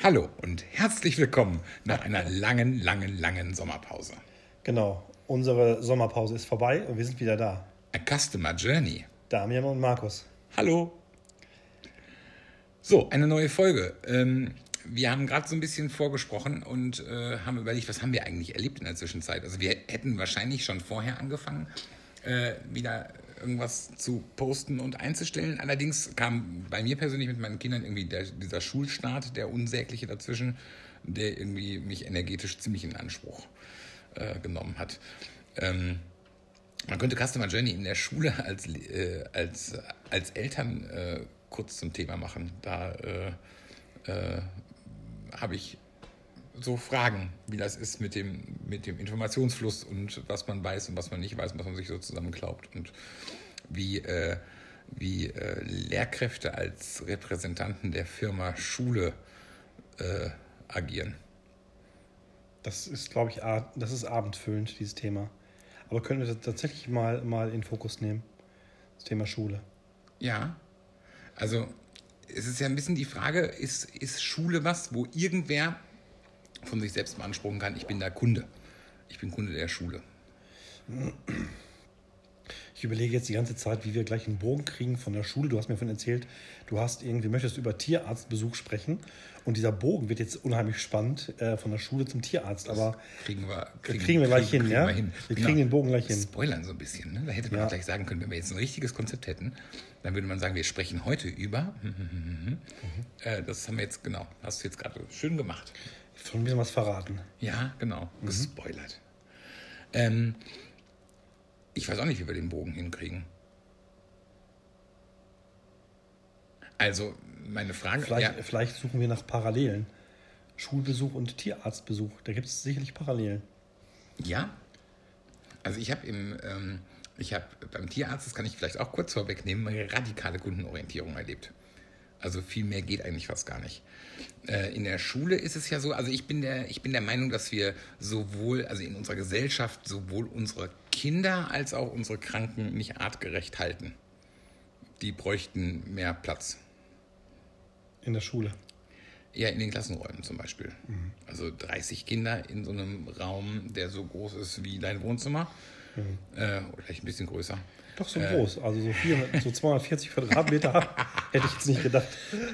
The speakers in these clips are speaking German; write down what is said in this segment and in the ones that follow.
Hallo und herzlich willkommen nach einer langen Sommerpause. Genau, unsere Sommerpause ist vorbei und wir sind wieder da. A Customer Journey. Damian und Markus. Hallo. So, eine neue Folge. Wir haben gerade so ein bisschen vorgesprochen und haben überlegt, was haben wir eigentlich erlebt in der Zwischenzeit. Also wir hätten wahrscheinlich schon vorher angefangen, wieder irgendwas zu posten und einzustellen. Allerdings kam bei mir persönlich mit meinen Kindern irgendwie dieser Schulstart, der unsägliche dazwischen, der irgendwie mich energetisch ziemlich in Anspruch genommen hat. Man könnte Customer Journey in der Schule als Eltern kurz zum Thema machen. Da habe ich so Fragen, wie das ist mit dem Informationsfluss und was man weiß und was man nicht weiß, was man sich so zusammenklaubt und wie Lehrkräfte als Repräsentanten der Firma Schule agieren. Das ist, glaube ich, das ist abendfüllend, dieses Thema. Aber können wir das tatsächlich mal in den Fokus nehmen? Das Thema Schule. Ja, also es ist ja ein bisschen die Frage, ist Schule was, wo irgendwer von sich selbst beanspruchen kann, ich bin der Kunde. Ich bin Kunde der Schule. Ich überlege jetzt die ganze Zeit, wie wir gleich einen Bogen kriegen von der Schule. Du hast mir vorhin erzählt, möchtest über Tierarztbesuch sprechen. Und dieser Bogen wird jetzt unheimlich spannend von der Schule zum Tierarzt. Aber kriegen wir gleich hin, ja? Wir kriegen den Bogen gleich hin. Spoilern so ein bisschen. Ne? Da hätte man auch gleich sagen können, wenn wir jetzt ein richtiges Konzept hätten, dann würde man sagen, wir sprechen heute über. Das haben wir jetzt, genau, hast du jetzt gerade schön gemacht. Von mir was verraten. Ja, genau, gespoilert. Ich weiß auch nicht, wie wir den Bogen hinkriegen. Also, meine Frage... Vielleicht suchen wir nach Parallelen. Schulbesuch und Tierarztbesuch. Da gibt es sicherlich Parallelen. Ja. Also ich habe beim Tierarzt, das kann ich vielleicht auch kurz vorwegnehmen, eine radikale Kundenorientierung erlebt. Also viel mehr geht eigentlich fast gar nicht. In der Schule ist es ja so, also ich bin der Meinung, dass wir sowohl, also in unserer Gesellschaft, sowohl unsere Kinder als auch unsere Kranken nicht artgerecht halten. Die bräuchten mehr Platz. In der Schule? Ja, in den Klassenräumen zum Beispiel. Also 30 Kinder in so einem Raum, der so groß ist wie dein Wohnzimmer. Oder vielleicht ein bisschen größer. Doch so groß, also so 240 Quadratmeter hätte ich jetzt nicht gedacht.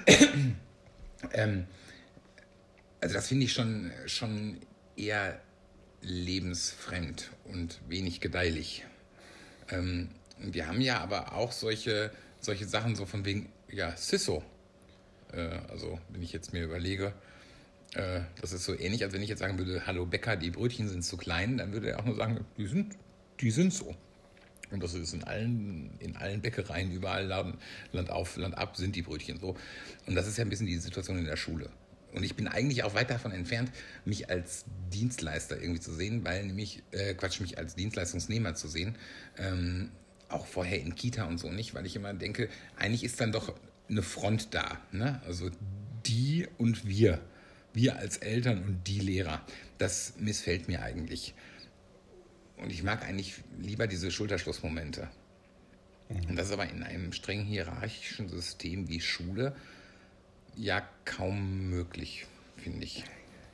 Also das finde ich schon eher lebensfremd und wenig gedeihlich. Wir haben ja aber auch solche Sachen so von wegen, ja, Sisso. Also wenn ich jetzt mir überlege, das ist so ähnlich, als wenn ich jetzt sagen würde, hallo Bäcker, die Brötchen sind zu klein, dann würde er auch nur sagen, die sind so. Und das ist in allen Bäckereien, überall Land auf, Land ab sind die Brötchen so. Und das ist ja ein bisschen die Situation in der Schule. Und ich bin eigentlich auch weit davon entfernt, mich als Dienstleister irgendwie zu sehen, mich als Dienstleistungsnehmer zu sehen. Auch vorher in Kita und so nicht, weil ich immer denke, eigentlich ist dann doch eine Front da. Ne? Also die und wir als Eltern und die Lehrer. Das missfällt mir eigentlich. Und ich mag eigentlich lieber diese Schulterschlussmomente. Und das ist aber in einem streng hierarchischen System wie Schule ja kaum möglich, finde ich.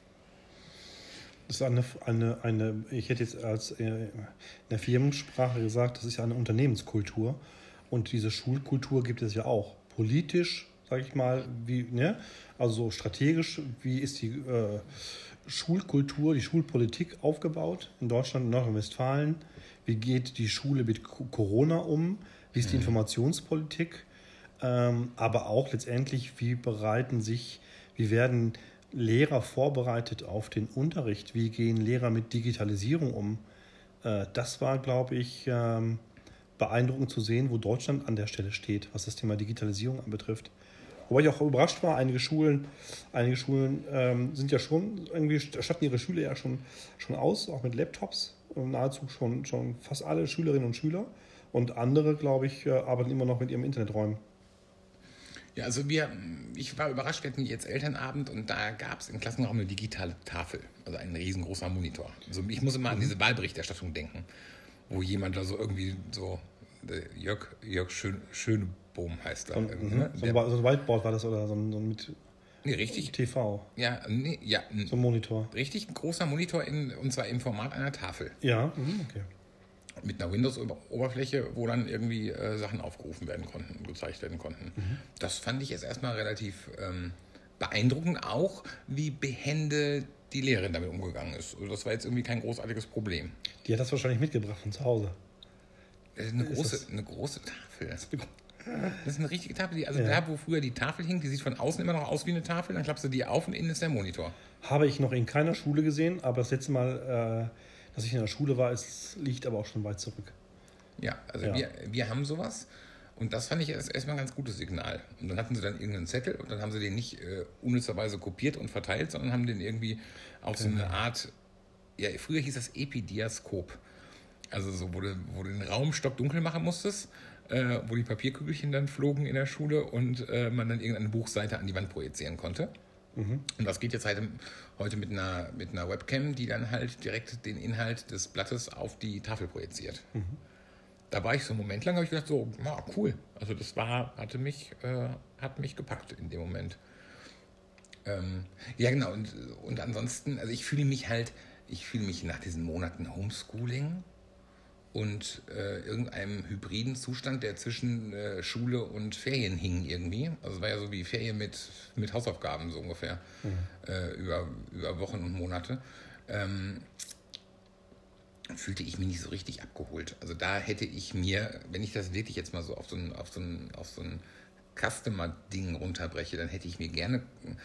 Das ist ich hätte jetzt in der Firmensprache gesagt, das ist ja eine Unternehmenskultur. Und diese Schulkultur gibt es ja auch. Politisch, sage ich mal, also strategisch, wie ist die Schulkultur, die Schulpolitik aufgebaut in Deutschland und Nordrhein-Westfalen? Wie geht die Schule mit Corona um? Wie ist die Informationspolitik? Aber auch letztendlich, wie werden Lehrer vorbereitet auf den Unterricht? Wie gehen Lehrer mit Digitalisierung um? Das war, glaube ich, beeindruckend zu sehen, wo Deutschland an der Stelle steht, was das Thema Digitalisierung anbetrifft. Wobei ich auch überrascht war, einige Schulen sind ja schon irgendwie, statten ihre Schüler ja schon aus, auch mit Laptops, nahezu schon fast alle Schülerinnen und Schüler. Und andere, glaube ich, arbeiten immer noch mit ihrem Interneträumen. Ja, also ich war überrascht, wir hatten jetzt Elternabend und da gab es im Klassenraum eine digitale Tafel, also ein riesengroßer Monitor. Also ich muss immer an diese Wahlberichterstattung denken, wo jemand da so irgendwie so, Jörg Schönebohm heißt er. So ein Whiteboard war das oder so ein mit Nee, richtig. TV. Ja, nee, ja. So ein Monitor. Richtig großer Monitor, und zwar im Format einer Tafel. Ja, okay. Mit einer Windows-Oberfläche, wo dann irgendwie Sachen aufgerufen werden konnten, gezeigt werden konnten. Das fand ich jetzt erstmal relativ beeindruckend, auch wie behende die Lehrerin damit umgegangen ist. Also das war jetzt irgendwie kein großartiges Problem. Die hat das wahrscheinlich mitgebracht von zu Hause. Eine große Tafel. Das ist eine richtige Tafel. Da, wo früher die Tafel hing, die sieht von außen immer noch aus wie eine Tafel, dann klappst du die auf und innen ist der Monitor. Habe ich noch in keiner Schule gesehen, aber das letzte Mal, dass ich in der Schule war, liegt aber auch schon weit zurück. Ja, also wir haben sowas und das fand ich erstmal ein ganz gutes Signal. Und dann hatten sie dann irgendeinen Zettel und dann haben sie den nicht unnützerweise kopiert und verteilt, sondern haben den irgendwie auf so eine Art, ja, früher hieß das Epidiaskop. Also so, wo du den Raum stockdunkel machen musstest, wo die Papierkügelchen dann flogen in der Schule und man dann irgendeine Buchseite an die Wand projizieren konnte. Und das geht jetzt halt heute mit einer Webcam, die dann halt direkt den Inhalt des Blattes auf die Tafel projiziert. Da war ich so einen Moment lang, habe ich gedacht, so, cool. Also das hat mich gepackt in dem Moment. Ja, genau. Und ansonsten, also ich fühle mich nach diesen Monaten Homeschooling und irgendeinem hybriden Zustand, der zwischen Schule und Ferien hing irgendwie. Also es war ja so wie Ferien mit Hausaufgaben so ungefähr über Wochen und Monate. Fühlte ich mich nicht so richtig abgeholt. Also da hätte ich mir, wenn ich das wirklich jetzt mal so auf so ein Customer-Ding runterbreche, dann hätte ich mir gerne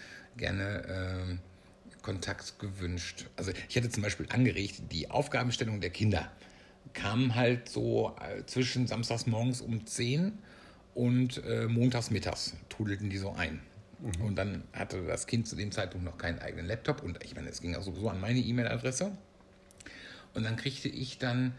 Kontakt gewünscht. Also ich hätte zum Beispiel angeregt, die Aufgabenstellung der Kinder kamen halt so zwischen samstags morgens um 10 und montags mittags trudelten die so ein. Und dann hatte das Kind zu dem Zeitpunkt noch keinen eigenen Laptop und ich meine, es ging auch sowieso an meine E-Mail-Adresse. Und dann kriegte ich dann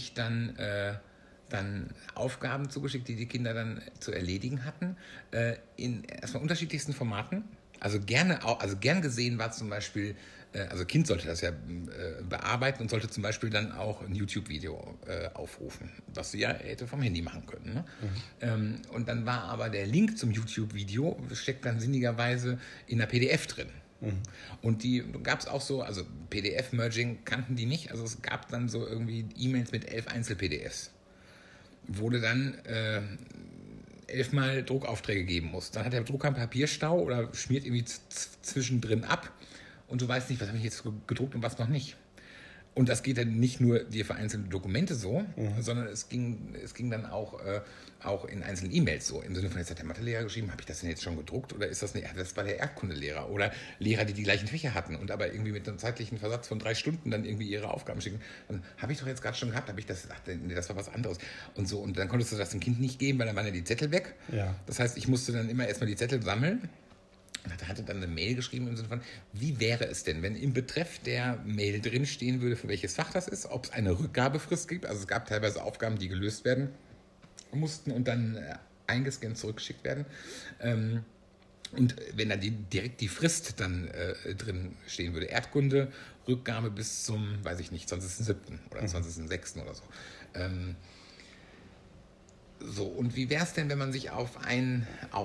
Aufgaben zugeschickt, die Kinder dann zu erledigen hatten, in erstmal unterschiedlichsten Formaten. Also gern gesehen war zum Beispiel, also Kind sollte das ja bearbeiten und sollte zum Beispiel dann auch ein YouTube-Video aufrufen, was sie ja hätte vom Handy machen können. Ne? Und dann war aber der Link zum YouTube-Video, steckt dann sinnigerweise in der PDF drin. Und die gab es auch so, also PDF-Merging kannten die nicht, also es gab dann so irgendwie E-Mails mit 11 Einzel-PDFs, wo du dann 11 Mal Druckaufträge geben musst. Dann hat der Drucker einen Papierstau oder schmiert irgendwie zwischendrin ab und du weißt nicht, was habe ich jetzt gedruckt und was noch nicht. Und das geht dann nicht nur dir für einzelne Dokumente so, sondern es ging dann auch in einzelnen E-Mails so. Im Sinne von, jetzt hat der Mathelehrer geschrieben, habe ich das denn jetzt schon gedruckt oder ist das nicht? Das war der Erdkundelehrer oder Lehrer, die gleichen Fächer hatten und aber irgendwie mit einem zeitlichen Versatz von 3 Stunden dann irgendwie ihre Aufgaben schicken. Dann habe ich doch jetzt gerade schon gehabt, habe ich das, nee, das war was anderes. Und so, und dann konntest du das dem Kind nicht geben, weil dann waren ja die Zettel weg. Ja. Das heißt, ich musste dann immer erstmal die Zettel sammeln. Und hatte dann eine Mail geschrieben im Sinne von, wie wäre es denn, wenn im Betreff der Mail drinstehen würde, für welches Fach das ist, ob es eine Rückgabefrist gibt. Also es gab teilweise Aufgaben, die gelöst werden mussten und dann eingescannt zurückgeschickt werden. Und wenn da direkt die Frist dann drin stehen würde, Erdkunde, Rückgabe bis zum, weiß ich nicht, 20.07. oder 20.06. oder so. So, und wie wäre es denn, wenn man sich auf einen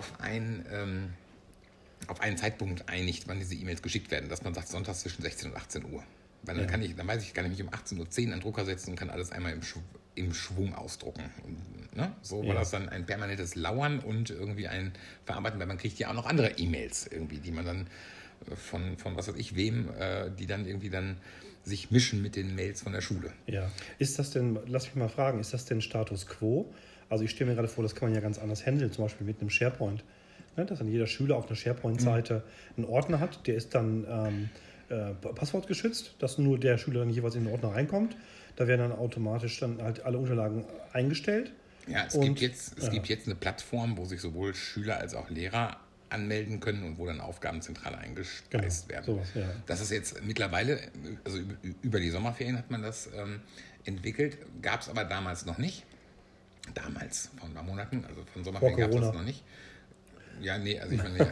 Zeitpunkt einigt, wann diese E-Mails geschickt werden, dass man sagt, sonntags zwischen 16 und 18 Uhr. Weil dann dann weiß ich, kann ich mich um 18.10 Uhr an den Drucker setzen und kann alles einmal im Schwung ausdrucken. Und, ne? So war das dann ein permanentes Lauern und irgendwie ein Verarbeiten, weil man kriegt ja auch noch andere E-Mails irgendwie, die man dann von was weiß ich wem, die dann irgendwie dann sich mischen mit den Mails von der Schule. Ja. Ist das denn, lass mich mal fragen, ist das denn Status Quo? Also ich stelle mir gerade vor, das kann man ja ganz anders handeln, zum Beispiel mit einem SharePoint. Dass dann jeder Schüler auf einer SharePoint-Seite einen Ordner hat, der ist dann passwortgeschützt, dass nur der Schüler dann jeweils in den Ordner reinkommt. Da werden dann automatisch dann halt alle Unterlagen eingestellt. Ja, es gibt jetzt eine Plattform, wo sich sowohl Schüler als auch Lehrer anmelden können und wo dann Aufgaben zentral eingespeist werden. Sowas, ja. Das ist jetzt mittlerweile, also über die Sommerferien hat man das entwickelt, gab es aber damals noch nicht. Damals, vor ein paar Monaten, also von Sommerferien gab es das noch nicht. Ja, nee, also ich meine,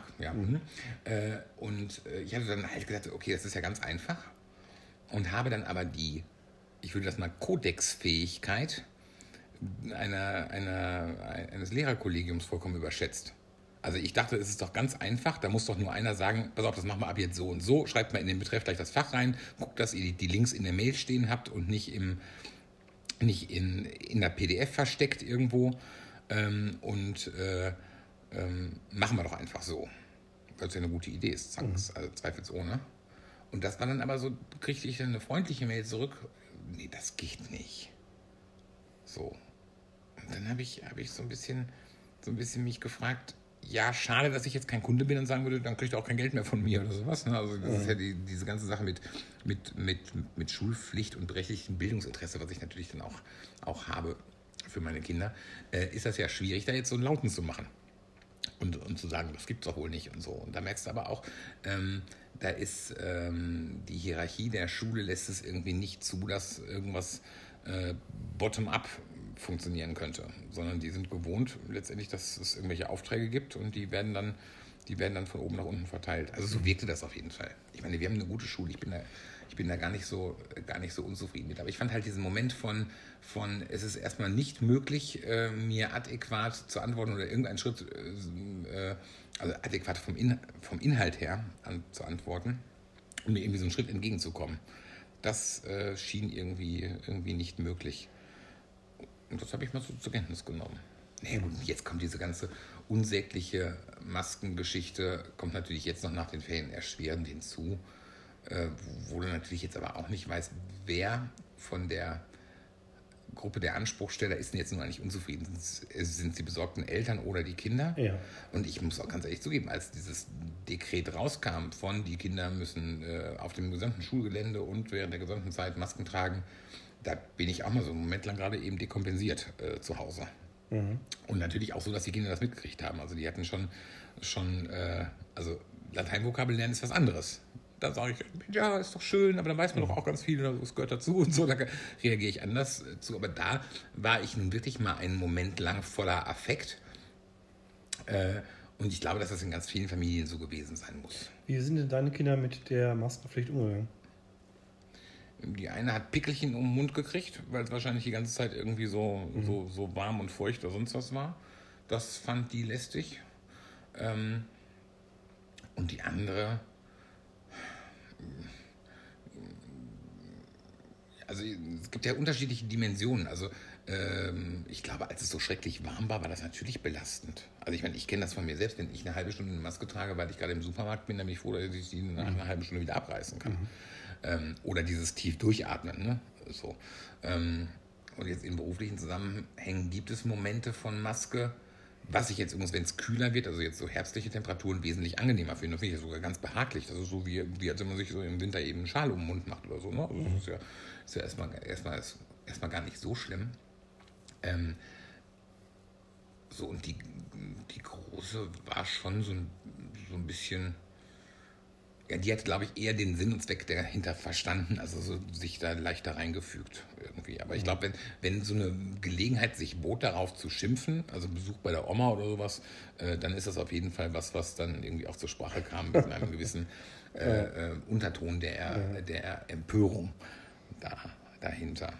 und ich hatte dann halt gedacht, okay, das ist ja ganz einfach und habe dann aber ich würde das mal Kodexfähigkeit eines Lehrerkollegiums vollkommen überschätzt. Also ich dachte, es ist doch ganz einfach, da muss doch nur einer sagen, pass auf, das machen wir ab jetzt so und so, schreibt mal in den Betreff gleich das Fach rein, guckt, dass ihr die Links in der Mail stehen habt und nicht in der PDF versteckt irgendwo machen wir doch einfach so. Weil es ja eine gute Idee ist, also zweifelsohne. Und das war dann aber so, kriegte ich dann eine freundliche Mail zurück, nee, das geht nicht. So. Und dann habe ich so ein bisschen mich gefragt, ja, schade, dass ich jetzt kein Kunde bin und sagen würde, dann kriegt ihr auch kein Geld mehr von mir oder sowas. Ne? Also das ist ja diese ganze Sache mit Schulpflicht und berechtigtem Bildungsinteresse, was ich natürlich dann auch habe für meine Kinder, ist das ja schwierig, da jetzt so einen Lauten zu machen. Und zu sagen, das gibt es doch wohl nicht und so. Und da merkst du aber auch, da ist die Hierarchie der Schule lässt es irgendwie nicht zu, dass irgendwas bottom-up funktionieren könnte, sondern die sind gewohnt letztendlich, dass es irgendwelche Aufträge gibt und die werden dann von oben nach unten verteilt. Also so wirkte das auf jeden Fall. Ich meine, wir haben eine gute Schule, ich bin da gar nicht so unzufrieden mit. Aber ich fand halt diesen Moment von es ist erstmal nicht möglich, mir adäquat zu antworten oder irgendeinen Schritt, also adäquat vom Inhalt her zu antworten und mir irgendwie so einen Schritt entgegenzukommen. Das schien irgendwie nicht möglich. Und das habe ich mal so zur Kenntnis genommen. Naja gut, jetzt kommt diese ganze unsägliche Maskengeschichte, kommt natürlich jetzt noch nach den Ferien erschwerend hinzu, wo du natürlich jetzt aber auch nicht weißt, wer von der Gruppe der Anspruchsteller ist denn jetzt nun eigentlich unzufrieden? Sind die besorgten Eltern oder die Kinder? Ja. Und ich muss auch ganz ehrlich zugeben, als dieses Dekret rauskam die Kinder müssen auf dem gesamten Schulgelände und während der gesamten Zeit Masken tragen, da bin ich auch mal so einen Moment lang gerade eben dekompensiert zu Hause. Und natürlich auch so, dass die Kinder das mitgekriegt haben. Also die hatten schon also Lateinvokabel lernen ist was anderes. Da sage ich, ja, ist doch schön, aber dann weiß man doch auch ganz viel, das gehört dazu und so, da reagiere ich anders zu. Aber da war ich nun wirklich mal einen Moment lang voller Affekt. Und ich glaube, dass das in ganz vielen Familien so gewesen sein muss. Wie sind denn deine Kinder mit der Maskenpflicht umgegangen? Die eine hat Pickelchen um den Mund gekriegt, weil es wahrscheinlich die ganze Zeit irgendwie so warm und feucht oder sonst was war. Das fand die lästig. Und die andere, also es gibt ja unterschiedliche Dimensionen. Also ich glaube, als es so schrecklich warm war das natürlich belastend. Also ich meine, ich kenne das von mir selbst, wenn ich eine halbe Stunde eine Maske trage, weil ich gerade im Supermarkt bin, dann bin ich froh, dass ich die nach einer halben Stunde wieder abreißen kann. Oder dieses tief durchatmen. Ne? So. Und jetzt in beruflichen Zusammenhängen gibt es Momente von Maske, was ich jetzt übrigens, wenn es kühler wird, also jetzt so herbstliche Temperaturen, wesentlich angenehmer finde. Das finde ich sogar ganz behaglich. Das ist so wie als wenn man sich so im Winter eben einen Schal um den Mund macht oder so. Ne? Also das ist ja erstmal gar nicht so schlimm. So, und die Große war schon so ein bisschen. Ja, die hat, glaube ich, eher den Sinn und Zweck dahinter verstanden, also so sich da leichter reingefügt irgendwie. Aber ich glaube, wenn so eine Gelegenheit sich bot, darauf zu schimpfen, also Besuch bei der Oma oder sowas, dann ist das auf jeden Fall was dann irgendwie auch zur Sprache kam mit einem gewissen Unterton der Empörung dahinter.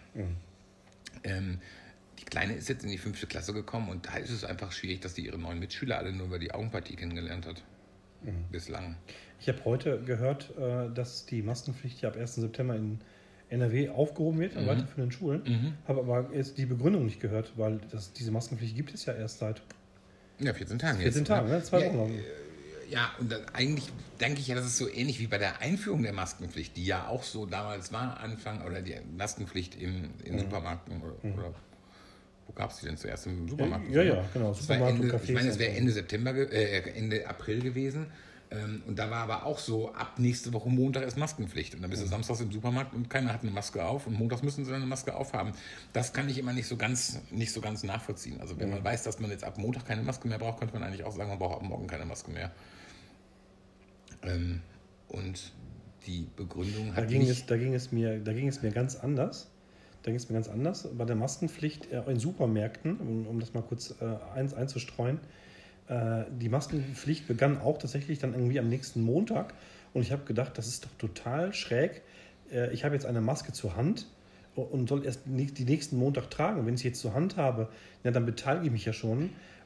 Die Kleine ist jetzt in die 5. Klasse gekommen und da ist es einfach schwierig, dass die ihre neuen Mitschüler alle nur über die Augenpartie kennengelernt hat. Bislang. Ich habe heute gehört, dass die Maskenpflicht ja ab 1. September in NRW aufgehoben wird, an weiterführenden Schulen. Habe aber jetzt die Begründung nicht gehört, weil diese Maskenpflicht gibt es ja erst seit 14 Tagen 14 Tagen, ne? 2 Wochen lang. Ja, und eigentlich denke ich ja, das ist so ähnlich wie bei der Einführung der Maskenpflicht, die ja auch so damals war, Anfang, oder die Maskenpflicht in Supermärkten oder wo gab es die denn zuerst? Im Supermarkt? Ja, genau. Supermarkt und Cafés. Ich meine, es wäre Ende April gewesen. Und da war aber auch so, ab nächste Woche Montag ist Maskenpflicht. Und dann bist du samstags im Supermarkt und keiner hat eine Maske auf. Und montags müssen sie dann eine Maske aufhaben. Das kann ich immer nicht so ganz nachvollziehen. Also wenn man weiß, dass man jetzt ab Montag keine Maske mehr braucht, könnte man eigentlich auch sagen, man braucht ab morgen keine Maske mehr. Und die Begründung hat Da ging es mir ganz anders. Bei der Maskenpflicht in Supermärkten, um das mal kurz einzustreuen, die Maskenpflicht begann auch tatsächlich dann irgendwie am nächsten Montag. Und ich habe gedacht, das ist doch total schräg. Ich habe jetzt eine Maske zur Hand und soll erst die nächsten Montag tragen. Wenn ich sie jetzt zur Hand habe, ja, dann beteilige ich mich ja schon.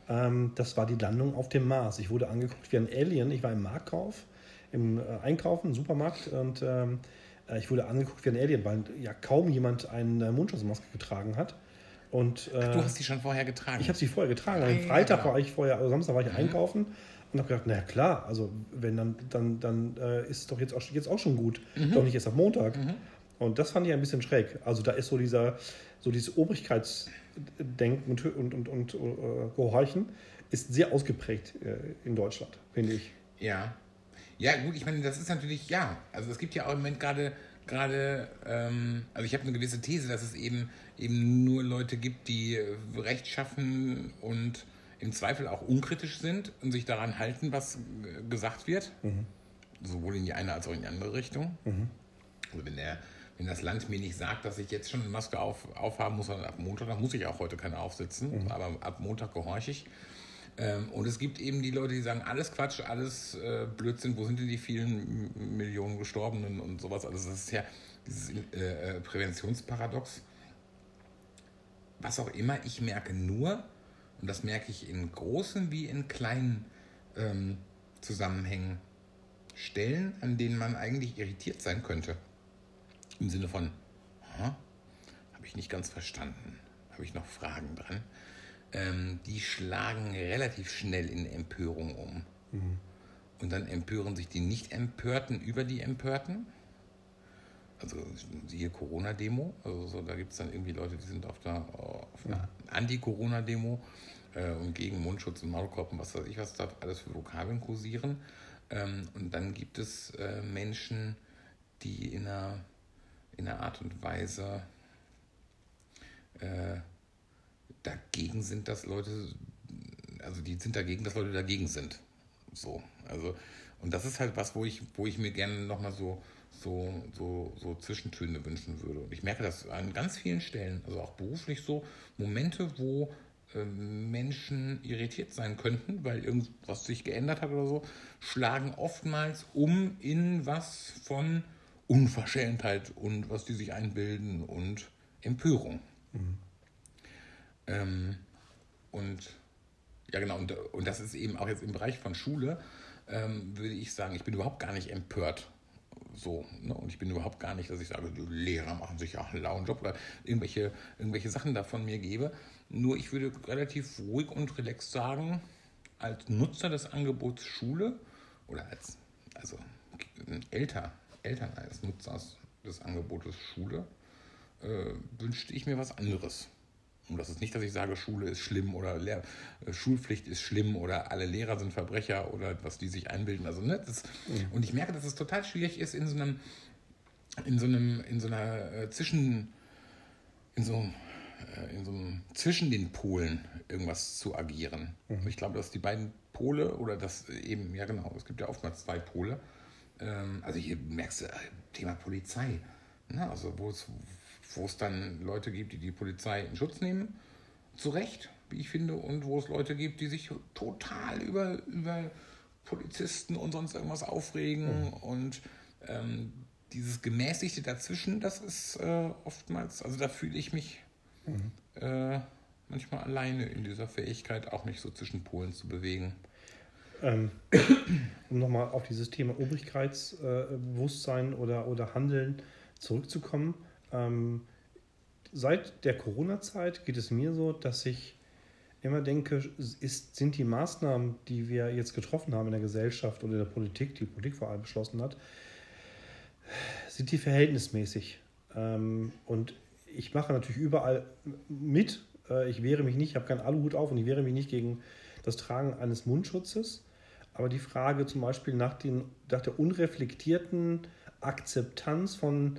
Das war die Landung auf dem Mars. Ich wurde angeguckt wie ein Alien. Ich war im Einkaufen, im Supermarkt und ich wurde angeguckt wie ein Alien, weil ja kaum jemand eine Mundschutzmaske getragen hat. Und, du hast die schon vorher getragen? Ich habe sie vorher getragen. Am Freitag war ich vorher, also Samstag war ich einkaufen und habe gedacht, na klar, also wenn dann ist es doch jetzt auch schon gut. Doch nicht erst ab Montag. Und das fand ich ein bisschen schräg. Also da ist so dieses Obrigkeitsdenken und Gehorchen ist sehr ausgeprägt in Deutschland, finde ich. Ja. Ja, gut, ich meine, das ist natürlich, ja. Also es gibt ja auch im Moment gerade, also ich habe eine gewisse These, dass es eben nur Leute gibt, die rechtschaffen und im Zweifel auch unkritisch sind und sich daran halten, was gesagt wird. Sowohl in die eine als auch in die andere Richtung. Also wenn das Land mir nicht sagt, dass ich jetzt schon eine Maske aufhaben muss, sondern ab Montag, dann muss ich auch heute keine aufsetzen, aber ab Montag gehorche ich. Und es gibt eben die Leute, die sagen, alles Quatsch, alles Blödsinn, wo sind denn die vielen Millionen Gestorbenen und sowas. Also das ist ja dieses Präventionsparadox. Was auch immer, ich merke nur, und das merke ich in großen wie in kleinen Zusammenhängen, Stellen, an denen man eigentlich irritiert sein könnte. Im Sinne von, habe ich nicht ganz verstanden, habe ich noch Fragen dran. Die schlagen relativ schnell in Empörung um. Und dann empören sich die Nicht-Empörten über die Empörten. Also siehe Corona-Demo. Also so, da gibt es dann irgendwie Leute, die sind auf einer Anti-Corona-Demo und gegen Mundschutz und Maulkorb und was weiß ich, was da alles für Vokabeln kursieren. Und dann gibt es Menschen, die in einer Art und Weise dagegen sind, dass Leute, also die sind dagegen, dass Leute dagegen sind. So, also, und das ist halt was, wo ich mir gerne nochmal so Zwischentöne wünschen würde. Und ich merke das an ganz vielen Stellen, also auch beruflich so, Momente, wo Menschen irritiert sein könnten, weil irgendwas sich geändert hat oder so, schlagen oftmals um in was von Unverschämtheit und was die sich einbilden und Empörung. Und ja genau, und das ist eben auch jetzt im Bereich von Schule, würde ich sagen, ich bin überhaupt gar nicht empört. So, ne? Und ich bin überhaupt gar nicht, dass ich sage, die Lehrer machen sich ja einen lauen Job oder irgendwelche Sachen da von mir gebe. Nur ich würde relativ ruhig und relaxed sagen, als Nutzer des Angebots Schule oder als Eltern als Nutzer des Angebotes Schule, wünschte ich mir was anderes. Und das ist nicht, dass ich sage, Schule ist schlimm oder Schulpflicht ist schlimm oder alle Lehrer sind Verbrecher oder was die sich einbilden. Also, ne, und ich merke, dass es total schwierig ist, in so einer zwischen den Polen irgendwas zu agieren. Und ich glaube, dass die beiden Pole oder das eben, ja genau, es gibt ja oftmals zwei Pole. Also hier merkst du, Thema Polizei. Ne? Also wo es dann Leute gibt, die Polizei in Schutz nehmen, zu Recht, wie ich finde, und wo es Leute gibt, die sich total über Polizisten und sonst irgendwas aufregen. Und dieses Gemäßigte dazwischen, das ist oftmals, also da fühle ich mich manchmal alleine in dieser Fähigkeit, auch mich so zwischen Polen zu bewegen. Um nochmal auf dieses Thema Obrigkeitsbewusstsein oder Handeln zurückzukommen. Seit der Corona-Zeit geht es mir so, dass ich immer denke, sind die Maßnahmen, die wir jetzt getroffen haben in der Gesellschaft oder in der Politik, die Politik vor allem beschlossen hat, sind die verhältnismäßig. Und ich mache natürlich überall mit. Ich wehre mich nicht, ich habe keinen Aluhut auf und ich wehre mich nicht gegen das Tragen eines Mundschutzes. Aber die Frage zum Beispiel nach der unreflektierten Akzeptanz von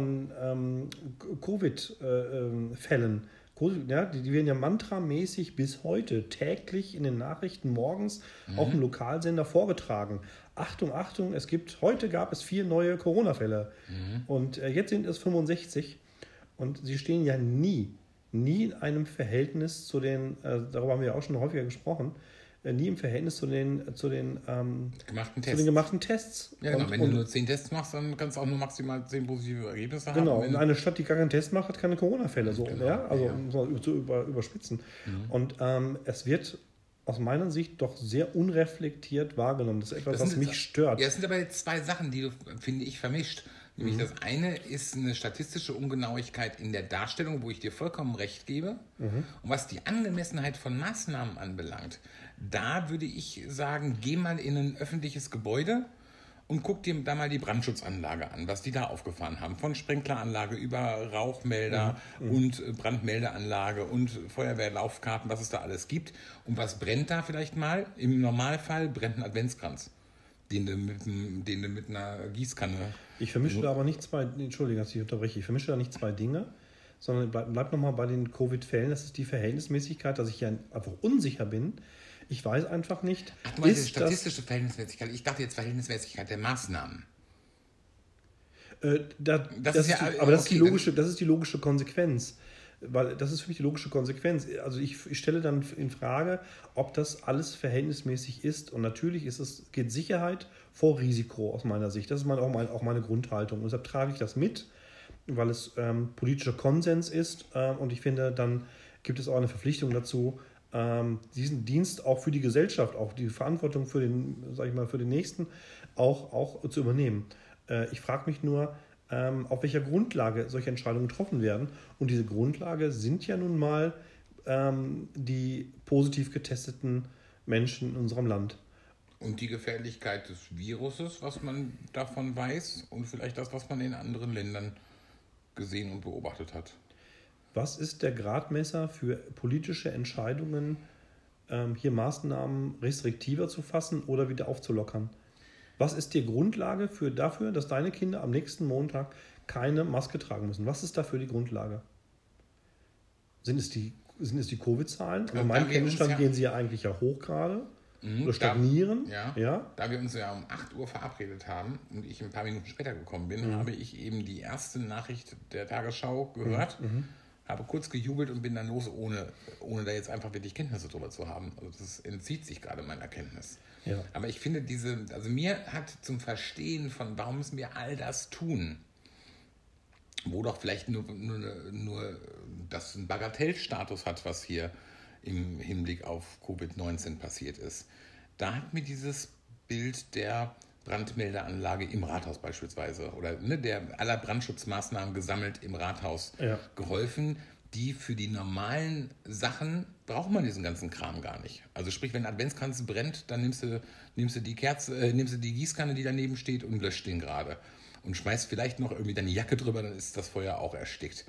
Covid-Fällen. Die werden ja mantramäßig bis heute täglich in den Nachrichten morgens auf dem Lokalsender vorgetragen. Achtung, Achtung, heute gab es 4 neue Corona-Fälle und jetzt sind es 65 und sie stehen ja nie in einem Verhältnis zu den, darüber haben wir ja auch schon häufiger gesprochen, nie im Verhältnis zu den gemachten Tests. Ja, genau. Wenn du nur 10 Tests machst, dann kannst du auch nur maximal 10 positive Ergebnisse haben. Genau, und eine Stadt, die gar keinen Test macht, hat keine Corona-Fälle. So, genau. Ja? Also so überspitzen. Und es wird aus meiner Sicht doch sehr unreflektiert wahrgenommen. Das ist etwas, was mich stört. Ja, es sind aber jetzt zwei Sachen, die du, finde ich, vermischt. Nämlich das eine ist eine statistische Ungenauigkeit in der Darstellung, wo ich dir vollkommen recht gebe. Und was die Angemessenheit von Maßnahmen anbelangt, da würde ich sagen, geh mal in ein öffentliches Gebäude und guck dir da mal die Brandschutzanlage an, was die da aufgefahren haben. Von Sprinkleranlage über Rauchmelder und Brandmeldeanlage und Feuerwehrlaufkarten, was es da alles gibt. Und was brennt da vielleicht mal? Im Normalfall brennt ein Adventskranz, den du mit einer Gießkanne... Ich vermische da aber nicht Entschuldigung, dass ich unterbreche, ich vermische da nicht zwei Dinge, sondern bleib nochmal bei den Covid-Fällen. Das ist die Verhältnismäßigkeit, dass ich ja einfach unsicher bin. Ich weiß einfach nicht. Ach, du meinst statistische Verhältnismäßigkeit? Ich dachte jetzt Verhältnismäßigkeit der Maßnahmen. Das ist die logische Konsequenz. Weil das ist für mich die logische Konsequenz. Also ich stelle dann in Frage, ob das alles verhältnismäßig ist. Und natürlich geht Sicherheit vor Risiko aus meiner Sicht. Das ist auch meine Grundhaltung. Und deshalb trage ich das mit, weil es politischer Konsens ist. Und ich finde, dann gibt es auch eine Verpflichtung dazu, diesen Dienst auch für die Gesellschaft, auch die Verantwortung für den Nächsten auch zu übernehmen. Ich frage mich nur, auf welcher Grundlage solche Entscheidungen getroffen werden. Und diese Grundlage sind ja nun mal die positiv getesteten Menschen in unserem Land. Und die Gefährlichkeit des Viruses, was man davon weiß, und vielleicht das, was man in anderen Ländern gesehen und beobachtet hat. Was ist der Gradmesser für politische Entscheidungen, hier Maßnahmen restriktiver zu fassen oder wieder aufzulockern? Was ist die Grundlage dafür, dass deine Kinder am nächsten Montag keine Maske tragen müssen? Was ist dafür die Grundlage? Sind es die Covid-Zahlen? In meinem Kenntnisstand gehen sie ja eigentlich hoch gerade oder stagnieren. Da wir uns ja um 8 Uhr verabredet haben und ich ein paar Minuten später gekommen bin, habe ich eben die erste Nachricht der Tagesschau gehört, habe kurz gejubelt und bin dann los, ohne da jetzt einfach wirklich Kenntnisse drüber zu haben. Also das entzieht sich gerade meiner Kenntnis. Ja. Aber ich finde mir hat zum Verstehen von, warum müssen wir all das tun, wo doch vielleicht nur das einen Bagatellstatus hat, was hier im Hinblick auf Covid-19 passiert ist. Da hat mir dieses Bild der Brandmeldeanlage im Rathaus beispielsweise oder der aller Brandschutzmaßnahmen gesammelt im Rathaus geholfen. Die für die normalen Sachen braucht man diesen ganzen Kram gar nicht. Also sprich, wenn ein Adventskranz brennt, dann nimmst du die Gießkanne, die daneben steht und löscht den gerade. Und schmeißt vielleicht noch irgendwie deine Jacke drüber, dann ist das Feuer auch erstickt.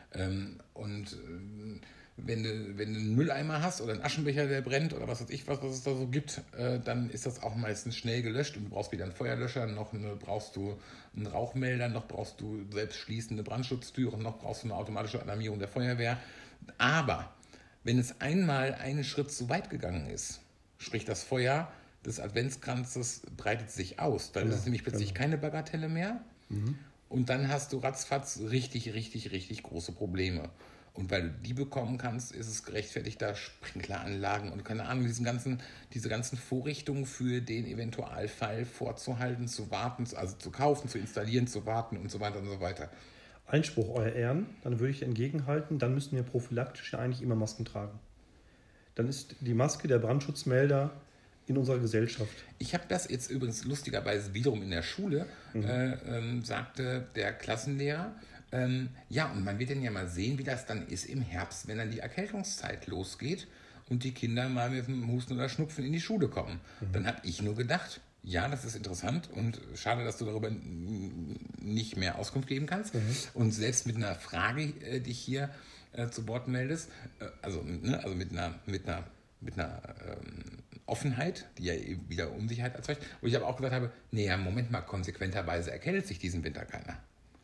Wenn du einen Mülleimer hast oder einen Aschenbecher, der brennt oder was weiß ich, was es da so gibt, dann ist das auch meistens schnell gelöscht und du brauchst weder einen Feuerlöscher, noch brauchst du einen Rauchmelder, noch brauchst du selbstschließende Brandschutztüren, noch brauchst du eine automatische Alarmierung der Feuerwehr. Aber wenn es einmal einen Schritt zu weit gegangen ist, sprich das Feuer des Adventskranzes breitet sich aus, dann ist es nämlich plötzlich keine Bagatelle mehr und dann hast du ratzfatz richtig, richtig, richtig große Probleme. Und weil du die bekommen kannst, ist es gerechtfertigt, da Sprinkleranlagen und keine Ahnung, diese ganzen Vorrichtungen für den Eventualfall vorzuhalten, zu warten, also zu kaufen, zu installieren, zu warten und so weiter und so weiter. Einspruch, Euer Ehren, dann würde ich entgegenhalten, dann müssen wir prophylaktisch ja eigentlich immer Masken tragen. Dann ist die Maske der Brandschutzmelder in unserer Gesellschaft. Ich habe das jetzt übrigens lustigerweise wiederum in der Schule, sagte der Klassenlehrer, und man wird dann ja mal sehen, wie das dann ist im Herbst, wenn dann die Erkältungszeit losgeht und die Kinder mal mit dem Husten oder Schnupfen in die Schule kommen. Dann habe ich nur gedacht, ja, das ist interessant und schade, dass du darüber nicht mehr Auskunft geben kannst. Und selbst mit einer Frage dich hier zu Wort meldest, also mit einer Offenheit, die ja eben wieder Unsicherheit erzeugt, wo ich aber auch gesagt habe, Moment mal, konsequenterweise erkältet sich diesen Winter keiner.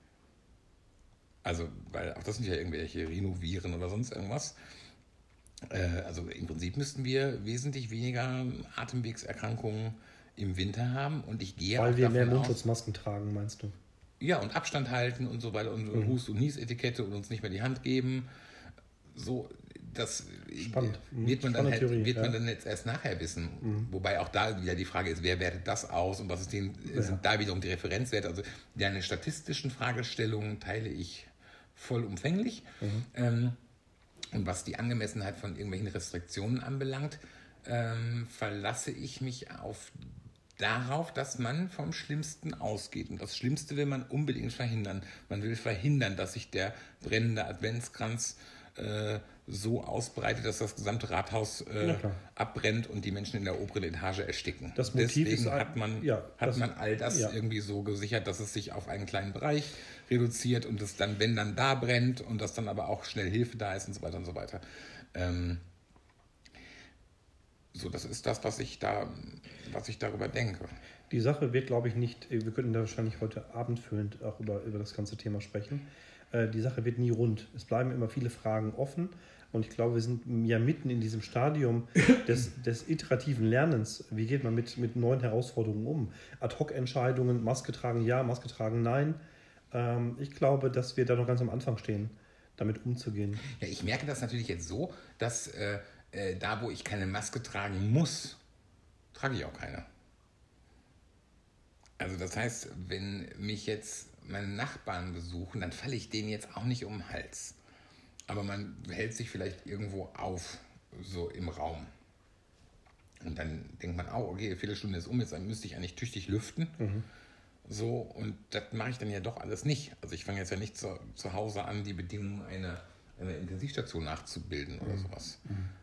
Also, weil auch das sind ja irgendwelche Rhinoviren oder sonst irgendwas. Also im Prinzip müssten wir wesentlich weniger Atemwegserkrankungen im Winter haben. Und ich gehe weil wir mehr Mundschutzmasken tragen, meinst du? Ja, und Abstand halten und so weiter und Hust- und Niesetikette und uns nicht mehr die Hand geben. So, das spannend. Wird man dann jetzt erst nachher wissen. Wobei auch da wieder die Frage ist, wer wertet das aus und was sind da wiederum die Referenzwerte. Also deine statistischen Fragestellungen teile ich vollumfänglich. Und was die Angemessenheit von irgendwelchen Restriktionen anbelangt, verlasse ich mich darauf, dass man vom Schlimmsten ausgeht. Und das Schlimmste will man unbedingt verhindern. Man will verhindern, dass sich der brennende Adventskranz so ausbreitet, dass das gesamte Rathaus abbrennt und die Menschen in der oberen Etage ersticken. Das Motiv Deswegen hat man all das irgendwie so gesichert, dass es sich auf einen kleinen Bereich reduziert und es dann, wenn dann da brennt und dass dann aber auch schnell Hilfe da ist und so weiter und so weiter. So, das ist das, was ich darüber denke. Die Sache wird, glaube ich, nicht, wir könnten da wahrscheinlich heute abendfüllend auch über das ganze Thema sprechen. Die Sache wird nie rund. Es bleiben immer viele Fragen offen und ich glaube, wir sind ja mitten in diesem Stadium des iterativen Lernens. Wie geht man mit neuen Herausforderungen um? Ad-hoc-Entscheidungen, Maske tragen ja, Maske tragen nein. Ich glaube, dass wir da noch ganz am Anfang stehen, damit umzugehen. Ja, ich merke das natürlich jetzt so, dass da, wo ich keine Maske tragen muss, trage ich auch keine. Also das heißt, wenn mich jetzt meine Nachbarn besuchen, dann falle ich denen jetzt auch nicht um den Hals. Aber man hält sich vielleicht irgendwo auf, so im Raum. Und dann denkt man, okay, eine Viertelstunde ist um, jetzt müsste ich eigentlich tüchtig lüften. So, und das mache ich dann ja doch alles nicht. Also ich fange jetzt ja nicht zu Hause an, die Bedingungen einer Intensivstation nachzubilden oder sowas.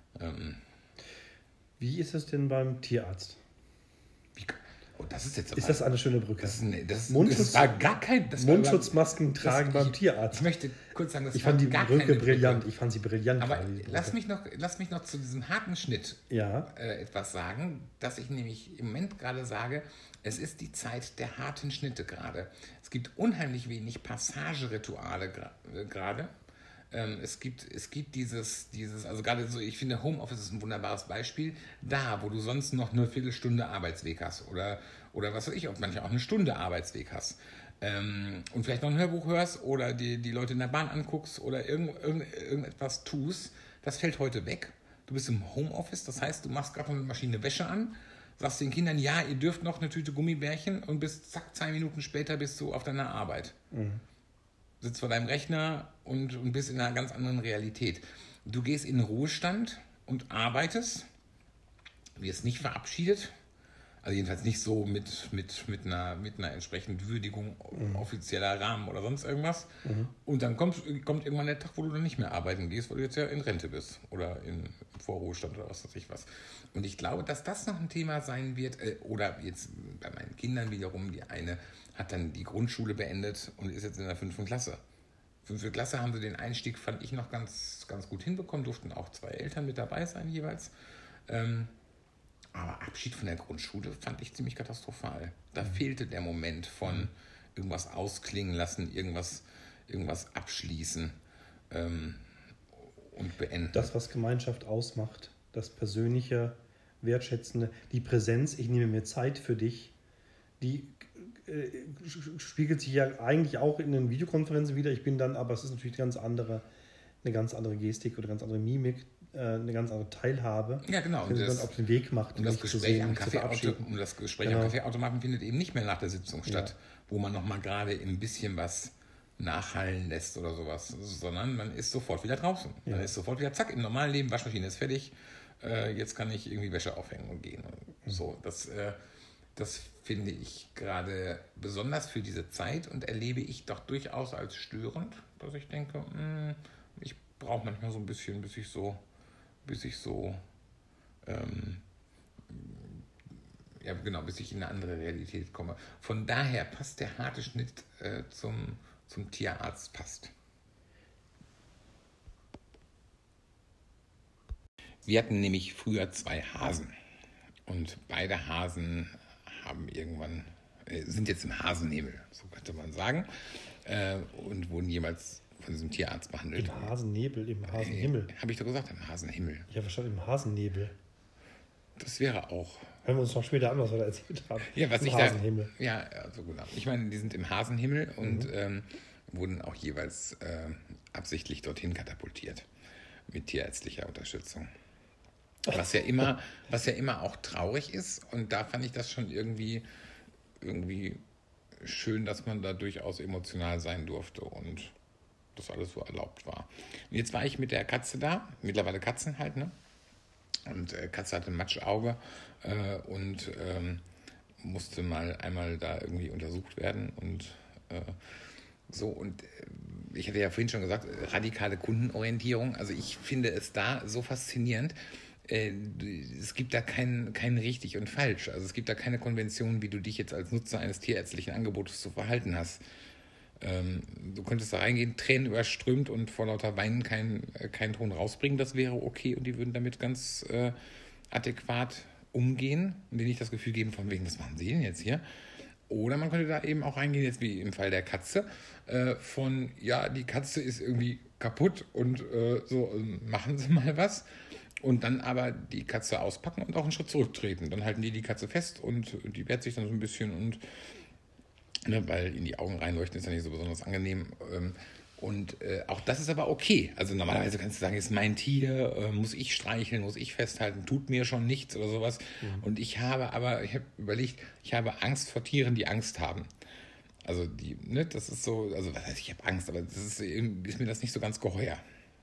Wie ist es denn beim Tierarzt? Das ist jetzt ist das eine schöne Brücke? Das war gar kein... Mundschutzmasken tragen beim Tierarzt. Ich möchte kurz sagen, ich fand die Brücke brillant. Ich fand sie brillant. Aber lass mich noch zu diesem harten Schnitt etwas sagen, dass ich nämlich im Moment gerade sage, es ist die Zeit der harten Schnitte gerade. Es gibt unheimlich wenig Passagerituale gerade. Es gibt dieses, also gerade so, ich finde, Homeoffice ist ein wunderbares Beispiel, da, wo du sonst noch eine Viertelstunde Arbeitsweg hast oder was weiß ich, ob manchmal auch eine Stunde Arbeitsweg hast und vielleicht noch ein Hörbuch hörst oder die Leute in der Bahn anguckst oder irgendetwas tust, das fällt heute weg. Du bist im Homeoffice, das heißt, du machst gerade noch eine Maschine Wäsche an, sagst den Kindern, ja, ihr dürft noch eine Tüte Gummibärchen und bis zack, 2 Minuten später bist du auf deiner Arbeit. Sitzt vor deinem Rechner und bist in einer ganz anderen Realität. Du gehst in den Ruhestand und arbeitest, wirst nicht verabschiedet, also jedenfalls nicht so mit einer entsprechenden Würdigung offizieller Rahmen oder sonst irgendwas. Und dann kommt irgendwann der Tag, wo du dann nicht mehr arbeiten gehst, weil du jetzt ja in Rente bist oder im Vorruhestand oder was weiß ich was. Und ich glaube, dass das noch ein Thema sein wird, oder jetzt bei meinen Kindern wiederum, die eine hat dann die Grundschule beendet und ist jetzt in der 5. Klasse. 5. Klasse haben sie den Einstieg, fand ich, noch ganz, ganz gut hinbekommen, durften auch 2 Eltern mit dabei sein jeweils. Aber Abschied von der Grundschule fand ich ziemlich katastrophal. Da fehlte der Moment von irgendwas ausklingen lassen, irgendwas abschließen und beenden. Das, was Gemeinschaft ausmacht, das persönliche, wertschätzende, die Präsenz, ich nehme mir Zeit für dich, die spiegelt sich ja eigentlich auch in den Videokonferenzen wieder. Ich bin dann, aber es ist natürlich eine ganz andere Gestik oder ganz andere Mimik, eine ganz andere Teilhabe. Ja, genau. Und das auf den Weg macht. Und das Gespräch am Kaffeeautomaten findet eben nicht mehr nach der Sitzung statt, wo man nochmal gerade ein bisschen was nachhallen lässt oder sowas, sondern man ist sofort wieder draußen. Man ist sofort wieder, zack, im normalen Leben, Waschmaschine ist fertig, jetzt kann ich irgendwie Wäsche aufhängen und gehen. So, das finde ich gerade besonders für diese Zeit und erlebe ich doch durchaus als störend, dass ich denke, ich brauche manchmal so ein bisschen, bis ich so bis ich in eine andere Realität komme. Von daher passt der harte Schnitt zum Tierarzt, passt. Wir hatten nämlich früher 2 Hasen und beide Hasen sind jetzt im Hasenhimmel, so könnte man sagen, und wurden jeweils von diesem Tierarzt behandelt. Im Hasennebel, im Hasenhimmel. Habe ich doch gesagt, im Hasenhimmel. Ich habe verstanden, im Hasennebel. Das wäre auch. Hören wir uns noch später an, was wir da erzählt haben. Ja, was Im ich Hasenhimmel. Also genau. Ich meine, die sind im Hasenhimmel und wurden auch jeweils absichtlich dorthin katapultiert mit tierärztlicher Unterstützung. Was ja immer auch traurig ist, und da fand ich das schon irgendwie schön, dass man da durchaus emotional sein durfte und das alles so erlaubt war. Und jetzt war ich mit der Katze da, mittlerweile Katzen halt, ne? Und Katze hatte ein Matschauge und musste einmal da irgendwie untersucht werden und so. Und ich hatte ja vorhin schon gesagt, radikale Kundenorientierung. Also ich finde es da so faszinierend. Es gibt da kein richtig und falsch. Also es gibt da keine Konvention, wie du dich jetzt als Nutzer eines tierärztlichen Angebotes zu verhalten hast. Du könntest da reingehen, Tränen überströmt und vor lauter Weinen keinen Ton rausbringen, das wäre okay und die würden damit ganz adäquat umgehen und denen nicht das Gefühl geben, von wegen, was machen sie denn jetzt hier? Oder man könnte da eben auch reingehen, jetzt wie im Fall der Katze, die Katze ist irgendwie kaputt und machen Sie mal was. Und dann aber die Katze auspacken und auch einen Schritt zurücktreten. Dann halten die Katze fest und die wehrt sich dann so ein bisschen und weil in die Augen reinleuchten ist ja nicht so besonders angenehm. Und auch das ist aber okay. Also normalerweise kannst du sagen, ist mein Tier, muss ich streicheln, muss ich festhalten, tut mir schon nichts oder sowas. Mhm. Und ich habe überlegt, ich habe Angst vor Tieren, die Angst haben. Also das ist so, also was heißt, ich habe Angst, aber ist mir das nicht so ganz geheuer.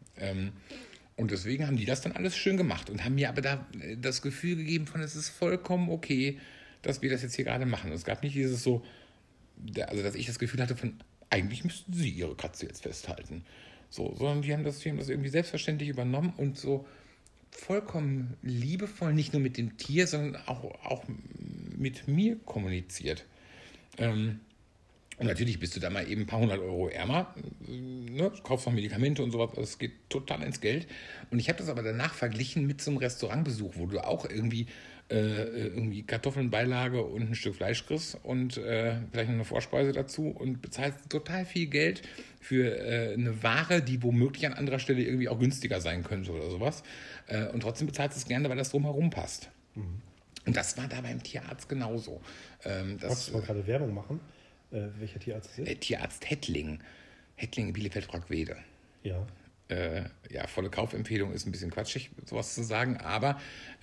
Und deswegen haben die das dann alles schön gemacht und haben mir aber da das Gefühl gegeben von, es ist vollkommen okay, dass wir das jetzt hier gerade machen. Es gab nicht dieses so, also dass ich das Gefühl hatte von, eigentlich müssten sie ihre Katze jetzt festhalten. So, sondern die haben das irgendwie selbstverständlich übernommen und so vollkommen liebevoll, nicht nur mit dem Tier, sondern auch mit mir kommuniziert. Und natürlich bist du da mal eben ein paar 100 € ärmer, ne? Kaufst noch Medikamente und sowas, das geht total ins Geld. Und ich habe das aber danach verglichen mit so einem Restaurantbesuch, wo du auch irgendwie Kartoffeln, Beilage und ein Stück Fleisch kriegst und vielleicht noch eine Vorspeise dazu und bezahlst total viel Geld für eine Ware, die womöglich an anderer Stelle irgendwie auch günstiger sein könnte oder sowas. Und trotzdem bezahlst du es gerne, weil das drumherum passt. Mhm. Und das war da beim Tierarzt genauso. Wolltest du mal gerade Werbung machen? Welcher Tierarzt ist es? Tierarzt Hettling. Hettling Bielefeld-Brackwede. Ja. Volle Kaufempfehlung ist ein bisschen quatschig, sowas zu sagen, aber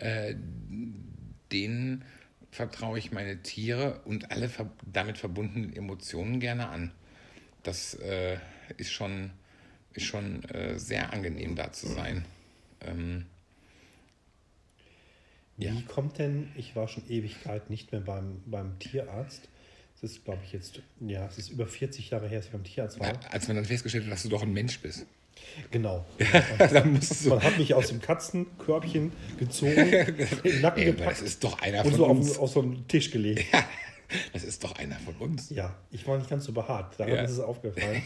denen vertraue ich meine Tiere und alle damit verbundenen Emotionen gerne an. Das ist schon sehr angenehm, da zu sein. Wie kommt denn, ich war schon Ewigkeit nicht mehr beim Tierarzt. Das ist, glaube ich, es ist über 40 Jahre her, dass ich beim Tierarzt war. Als man dann festgestellt hat, dass du doch ein Mensch bist. Genau. Man hat mich aus dem Katzenkörbchen gezogen, in den Nacken gepackt das ist doch einer und von so uns. Auf so einen Tisch gelegt. Ja, das ist doch einer von uns. Ja, ich war nicht ganz so behaart. Daran ist es aufgefallen.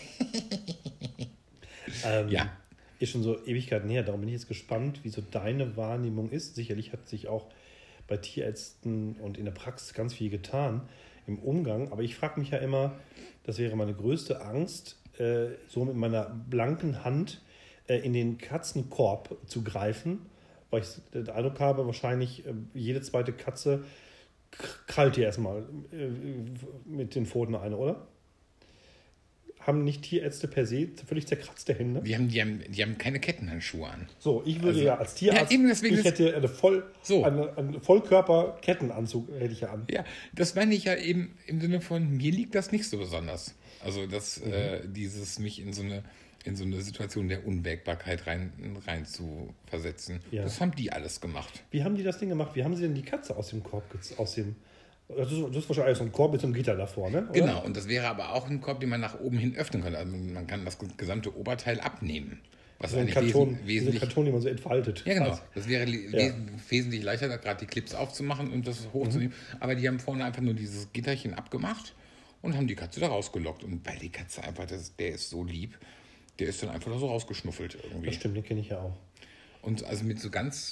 Ist schon so Ewigkeit näher. Darum bin ich jetzt gespannt, wie so deine Wahrnehmung ist. Sicherlich hat sich auch bei Tierärzten und in der Praxis ganz viel getan im Umgang. Aber ich frage mich ja immer, das wäre meine größte Angst, so mit meiner blanken Hand in den Katzenkorb zu greifen, weil ich den Eindruck habe, wahrscheinlich jede zweite Katze krallt dir erstmal mit den Pfoten eine, oder? Haben nicht Tierärzte per se völlig zerkratzte Hände? Die haben keine Kettenhandschuhe an. So, ich würde als Tierarzt, ich hätte einen Vollkörper-Kettenanzug hätte ich ja an. Ja, das meine ich ja eben im Sinne von, mir liegt das nicht so besonders. Also dieses mich in so eine Situation der Unwägbarkeit rein zu versetzen. Ja. Das haben die alles gemacht. Wie haben die das Ding gemacht? Wie haben sie denn die Katze aus dem Korb das ist wahrscheinlich so ein Korb mit so einem Gitter davor, ne? Oder? Genau, und das wäre aber auch ein Korb, den man nach oben hin öffnen kann. Also man kann das gesamte Oberteil abnehmen. Was so ein Karton, den man so entfaltet. Ja, genau. Das wäre wesentlich leichter, gerade die Clips aufzumachen und das hochzunehmen. Aber die haben vorne einfach nur dieses Gitterchen abgemacht und haben die Katze da rausgelockt. Und weil die Katze einfach, der ist so lieb, der ist dann einfach da so rausgeschnuffelt irgendwie. Das stimmt, den kenne ich ja auch. Und also mit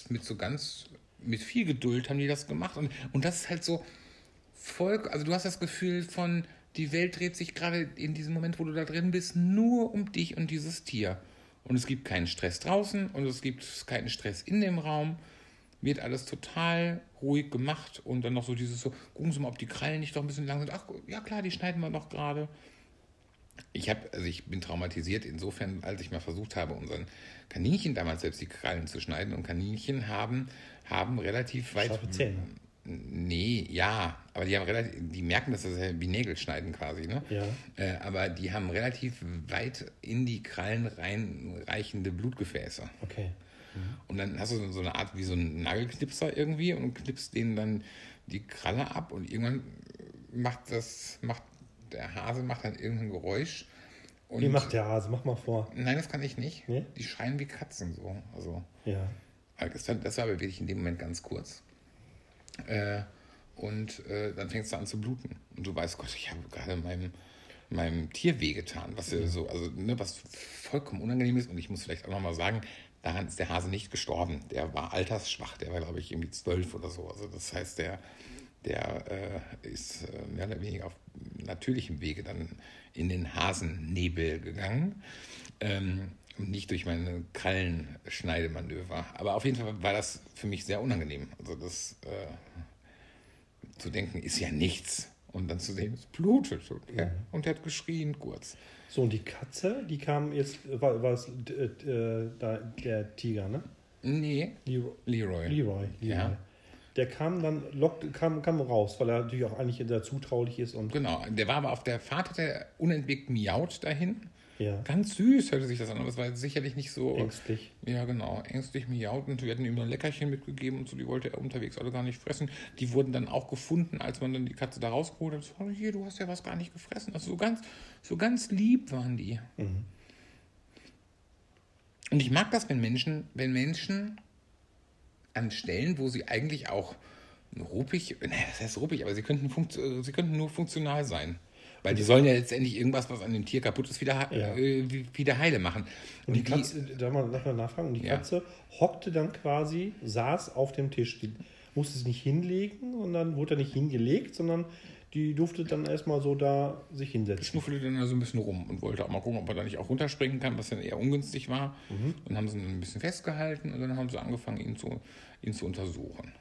viel Geduld haben die das gemacht. Und das ist halt so also du hast das Gefühl von, die Welt dreht sich gerade in diesem Moment, wo du da drin bist, nur um dich und dieses Tier. Und es gibt keinen Stress draußen und es gibt keinen Stress in dem Raum. Wird alles total ruhig gemacht und dann noch so dieses so, gucken Sie mal, ob die Krallen nicht doch ein bisschen lang sind. Ach ja klar, die schneiden wir noch gerade. Ich bin traumatisiert insofern, als ich mal versucht habe, unseren Kaninchen damals selbst die Krallen zu schneiden. Und Kaninchen haben relativ weit... Scharfe Zähne. Nee, ja, aber die haben die merken, dass das ja wie Nägel schneiden quasi, ne? Ja. Aber die haben relativ weit in die Krallen reinreichende Blutgefäße. Okay. Und dann hast du so eine Art wie so einen Nagelknipser irgendwie und knippst denen dann die Kralle ab und irgendwann macht der Hase macht dann irgendein Geräusch. Und Wie macht der Hase? Mach mal vor. nein, das kann ich nicht. Nee? Die schreien wie Katzen so. Also, Ja. das war aber wirklich in dem Moment ganz kurz. Dann fängst du an zu bluten. Und du weißt, Gott, ich habe gerade meinem Tier wehgetan, was was vollkommen unangenehm ist. Und ich muss vielleicht auch nochmal sagen, daran ist der Hase nicht gestorben. Der war altersschwach, der war, glaube ich, irgendwie 12 oder so. Also das heißt, der ist mehr oder weniger auf natürlichem Wege dann in den Hasennebel gegangen. Und nicht durch meine Krallenschneidemanöver. Aber auf jeden Fall war das für mich sehr unangenehm. Also das zu denken, ist ja nichts. Und dann zu sehen, es blutet. Und er hat geschrien kurz. So, und die Katze, die kam jetzt, war es da der Tiger, ne? Nee, Leroy. Ja. Der kam dann, kam raus, weil er natürlich auch eigentlich sehr zutraulich ist. Und Genau, der war aber auf der Fahrt, hat er unentwegt miaut dahin. ja, Ganz süß hörte sich das an, aber es war sicherlich nicht so... ängstlich. Ja, genau, ängstlich miaut und wir hatten ihm noch ein Leckerchen mitgegeben und so, die wollte er unterwegs alle gar nicht fressen. Die wurden dann auch gefunden, als man dann die Katze da rausgeholt hat. So, hier, du hast ja was gar nicht gefressen. Also so ganz lieb waren die. Mhm. Und ich mag das, wenn Menschen an Stellen, wo sie eigentlich auch ruppig, naja, das heißt ruppig, aber sie könnten nur funktional sein. Weil die sollen ja letztendlich irgendwas, was an dem Tier kaputt ist, wieder heile machen. Und die Katze, da mal nachfragen, und die Katze hockte dann quasi, saß auf dem Tisch. Die musste es nicht hinlegen und dann wurde er nicht hingelegt, sondern die durfte dann erstmal so da sich hinsetzen. Schnuffelte dann so ein bisschen rum und wollte auch mal gucken, ob er da nicht auch runterspringen kann, was dann eher ungünstig war. Dann haben sie ihn ein bisschen festgehalten und dann haben sie angefangen, ihn zu untersuchen.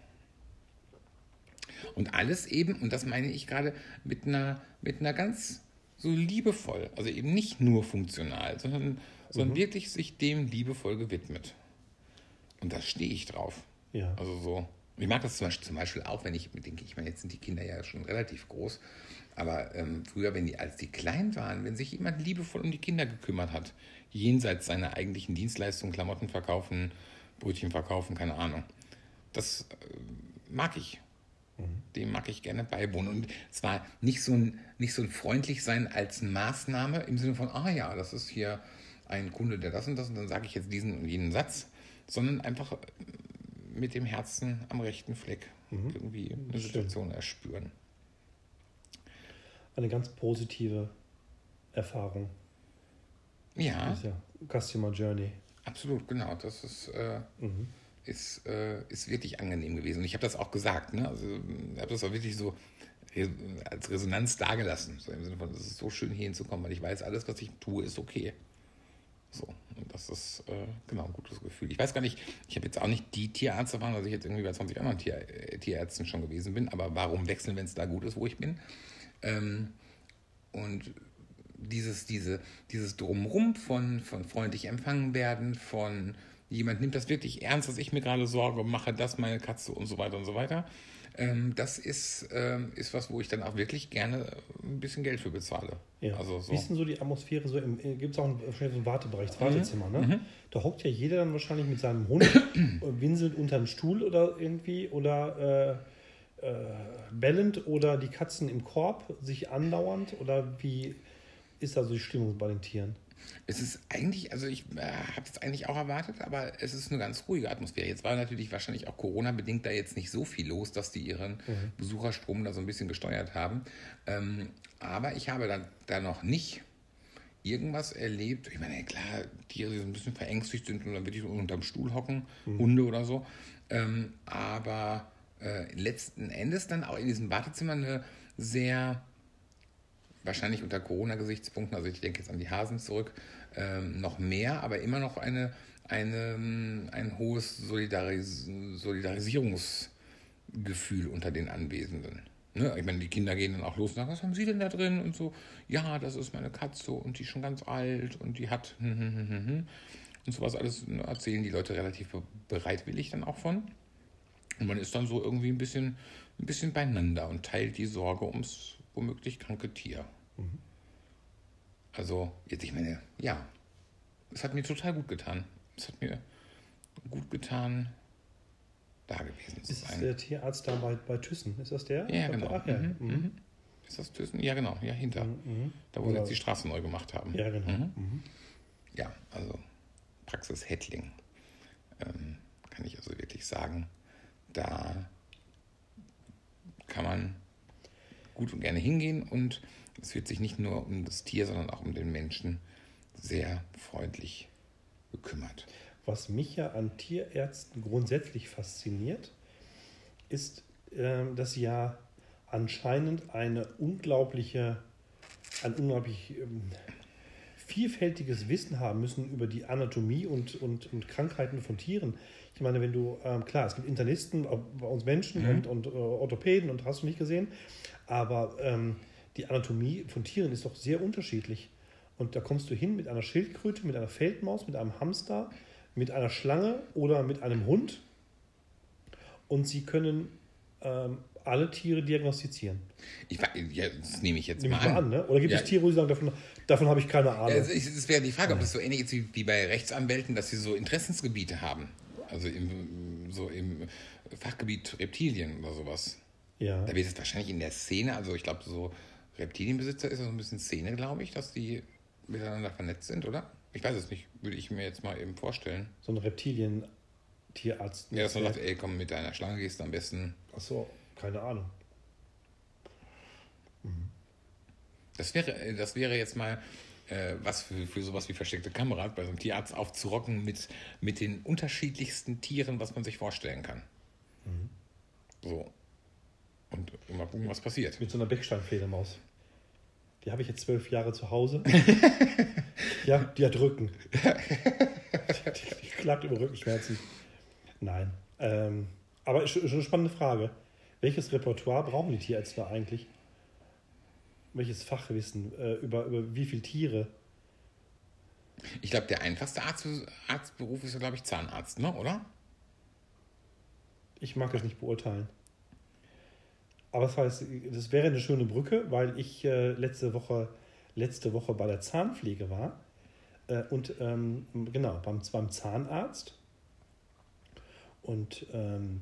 Und alles eben, und das meine ich gerade, mit einer ganz so liebevoll, also eben nicht nur funktional, sondern wirklich sich dem liebevoll gewidmet. Und da stehe ich drauf. Ja. Also so. Ich mag das zum Beispiel auch, wenn ich denke, ich meine, jetzt sind die Kinder ja schon relativ groß, aber früher, als die klein waren, wenn sich jemand liebevoll um die Kinder gekümmert hat, jenseits seiner eigentlichen Dienstleistungen, Klamotten verkaufen, Brötchen verkaufen, keine Ahnung, das mag ich. Dem mag ich gerne beiwohnen. Und zwar nicht so ein freundlich sein als Maßnahme im Sinne von, ja, das ist hier ein Kunde, der das und dann sage ich jetzt diesen und jenen Satz, sondern einfach mit dem Herzen am rechten Fleck irgendwie eine Situation erspüren. Eine ganz positive Erfahrung. Ja. Das ist ja Customer Journey. Absolut, genau. Das ist wirklich angenehm gewesen. Und ich habe das auch gesagt, ne? Also ich habe das auch wirklich so als Resonanz dargelassen. So im Sinne von, es ist so schön hier hinzukommen, weil ich weiß, alles, was ich tue, ist okay. So, und das ist genau ein gutes Gefühl. Ich weiß gar nicht, ich habe jetzt auch nicht die Tierärzte waren, dass ich jetzt irgendwie bei 20 anderen Tierärzten schon gewesen bin, aber warum wechseln, wenn es da gut ist, wo ich bin? Und dieses Drumherum von freundlich empfangen werden, von jemand nimmt das wirklich ernst, dass ich mir gerade Sorge mache, dass meine Katze und so weiter und so weiter. Das ist was, wo ich dann auch wirklich gerne ein bisschen Geld für bezahle. Ja. Also so. Wie ist denn so die Atmosphäre? Gibt es auch so einen Wartebereich, das Wartezimmer, ne? Da hockt ja jeder dann wahrscheinlich mit seinem Hund, winselt unter einem Stuhl oder irgendwie oder bellend oder die Katzen im Korb, sich andauernd oder wie ist da so die Stimmung bei den Tieren? Es ist eigentlich, also ich habe es eigentlich auch erwartet, aber es ist eine ganz ruhige Atmosphäre. Jetzt war natürlich wahrscheinlich auch Corona-bedingt da jetzt nicht so viel los, dass die ihren Besucherstrom da so ein bisschen gesteuert haben. Aber ich habe da noch nicht irgendwas erlebt. Ich meine, klar, Tiere, die so ein bisschen verängstigt sind und dann wirklich unterm Stuhl hocken, Hunde oder so. Aber letzten Endes dann auch in diesem Wartezimmer eine sehr... wahrscheinlich unter Corona-Gesichtspunkten, also ich denke jetzt an die Hasen zurück, noch mehr, aber immer noch ein hohes Solidarisierungsgefühl unter den Anwesenden. Ne? Ich meine, die Kinder gehen dann auch los und sagen, was haben Sie denn da drin? Und so, ja, das ist meine Katze und die ist schon ganz alt und die hat und sowas alles erzählen die Leute relativ bereitwillig dann auch von. Und man ist dann so irgendwie ein bisschen beieinander und teilt die Sorge ums womöglich kranke Tier. Also, jetzt, ich meine, ja, es hat mir total gut getan. Es hat mir gut getan, da gewesen zu Ist sein. der Tierarzt da bei Thyssen? Ist das der? Ja, genau. Ach, ja. Ist das Thyssen? Ja, genau, ja, hinter. Da, wo sie jetzt die Straße neu gemacht haben. Ja, genau. Ja, also Praxis Hettling. Kann ich also wirklich sagen, da kann man gut und gerne hingehen und es wird sich nicht nur um das Tier, sondern auch um den Menschen sehr freundlich gekümmert. Was mich ja an Tierärzten grundsätzlich fasziniert, ist, dass sie ja anscheinend ein unglaublich vielfältiges Wissen haben müssen über die Anatomie und Krankheiten von Tieren. Ich meine, wenn du, klar, es gibt Internisten bei uns Menschen und Orthopäden und hast du nicht gesehen, aber die Anatomie von Tieren ist doch sehr unterschiedlich. Und da kommst du hin mit einer Schildkröte, mit einer Feldmaus, mit einem Hamster, mit einer Schlange oder mit einem Hund und sie können alle Tiere diagnostizieren. Das nehme ich jetzt Nehme mal ich mal an, ne? Oder gibt es Tiere, die sagen, davon habe ich keine Ahnung? Es wäre die Frage, ob das so ähnlich ist wie bei Rechtsanwälten, dass sie so Interessensgebiete haben. Also im Fachgebiet Reptilien oder sowas. Ja. Da wird es wahrscheinlich in der Szene, also ich glaube, so Reptilienbesitzer ist so ein bisschen Szene, glaube ich, dass die miteinander vernetzt sind, oder? Ich weiß es nicht, würde ich mir jetzt mal eben vorstellen. So ein Reptilien-Tierarzt. Ja, dass man sagt, ey, komm, mit deiner Schlange gehst du am besten. Ach so, keine Ahnung. Das wäre jetzt mal was für sowas wie versteckte Kamera bei so einem Tierarzt aufzurocken mit den unterschiedlichsten Tieren, was man sich vorstellen kann. So. Und mal gucken, was passiert. Mit so einer Bechsteinfledermaus. Die habe ich jetzt 12 Jahre zu Hause. Ja, die hat Rücken. Die klagt über Rückenschmerzen. Nein. Aber ist schon eine spannende Frage. Welches Repertoire brauchen die Tierärzte eigentlich? Welches Fachwissen über wie viele Tiere? Ich glaube, der einfachste Arztberuf ist, glaube ich, Zahnarzt, ne? Oder? Ich mag es nicht beurteilen. Aber das wäre eine schöne Brücke, weil ich letzte Woche bei der Zahnpflege war und genau, beim Zahnarzt. Und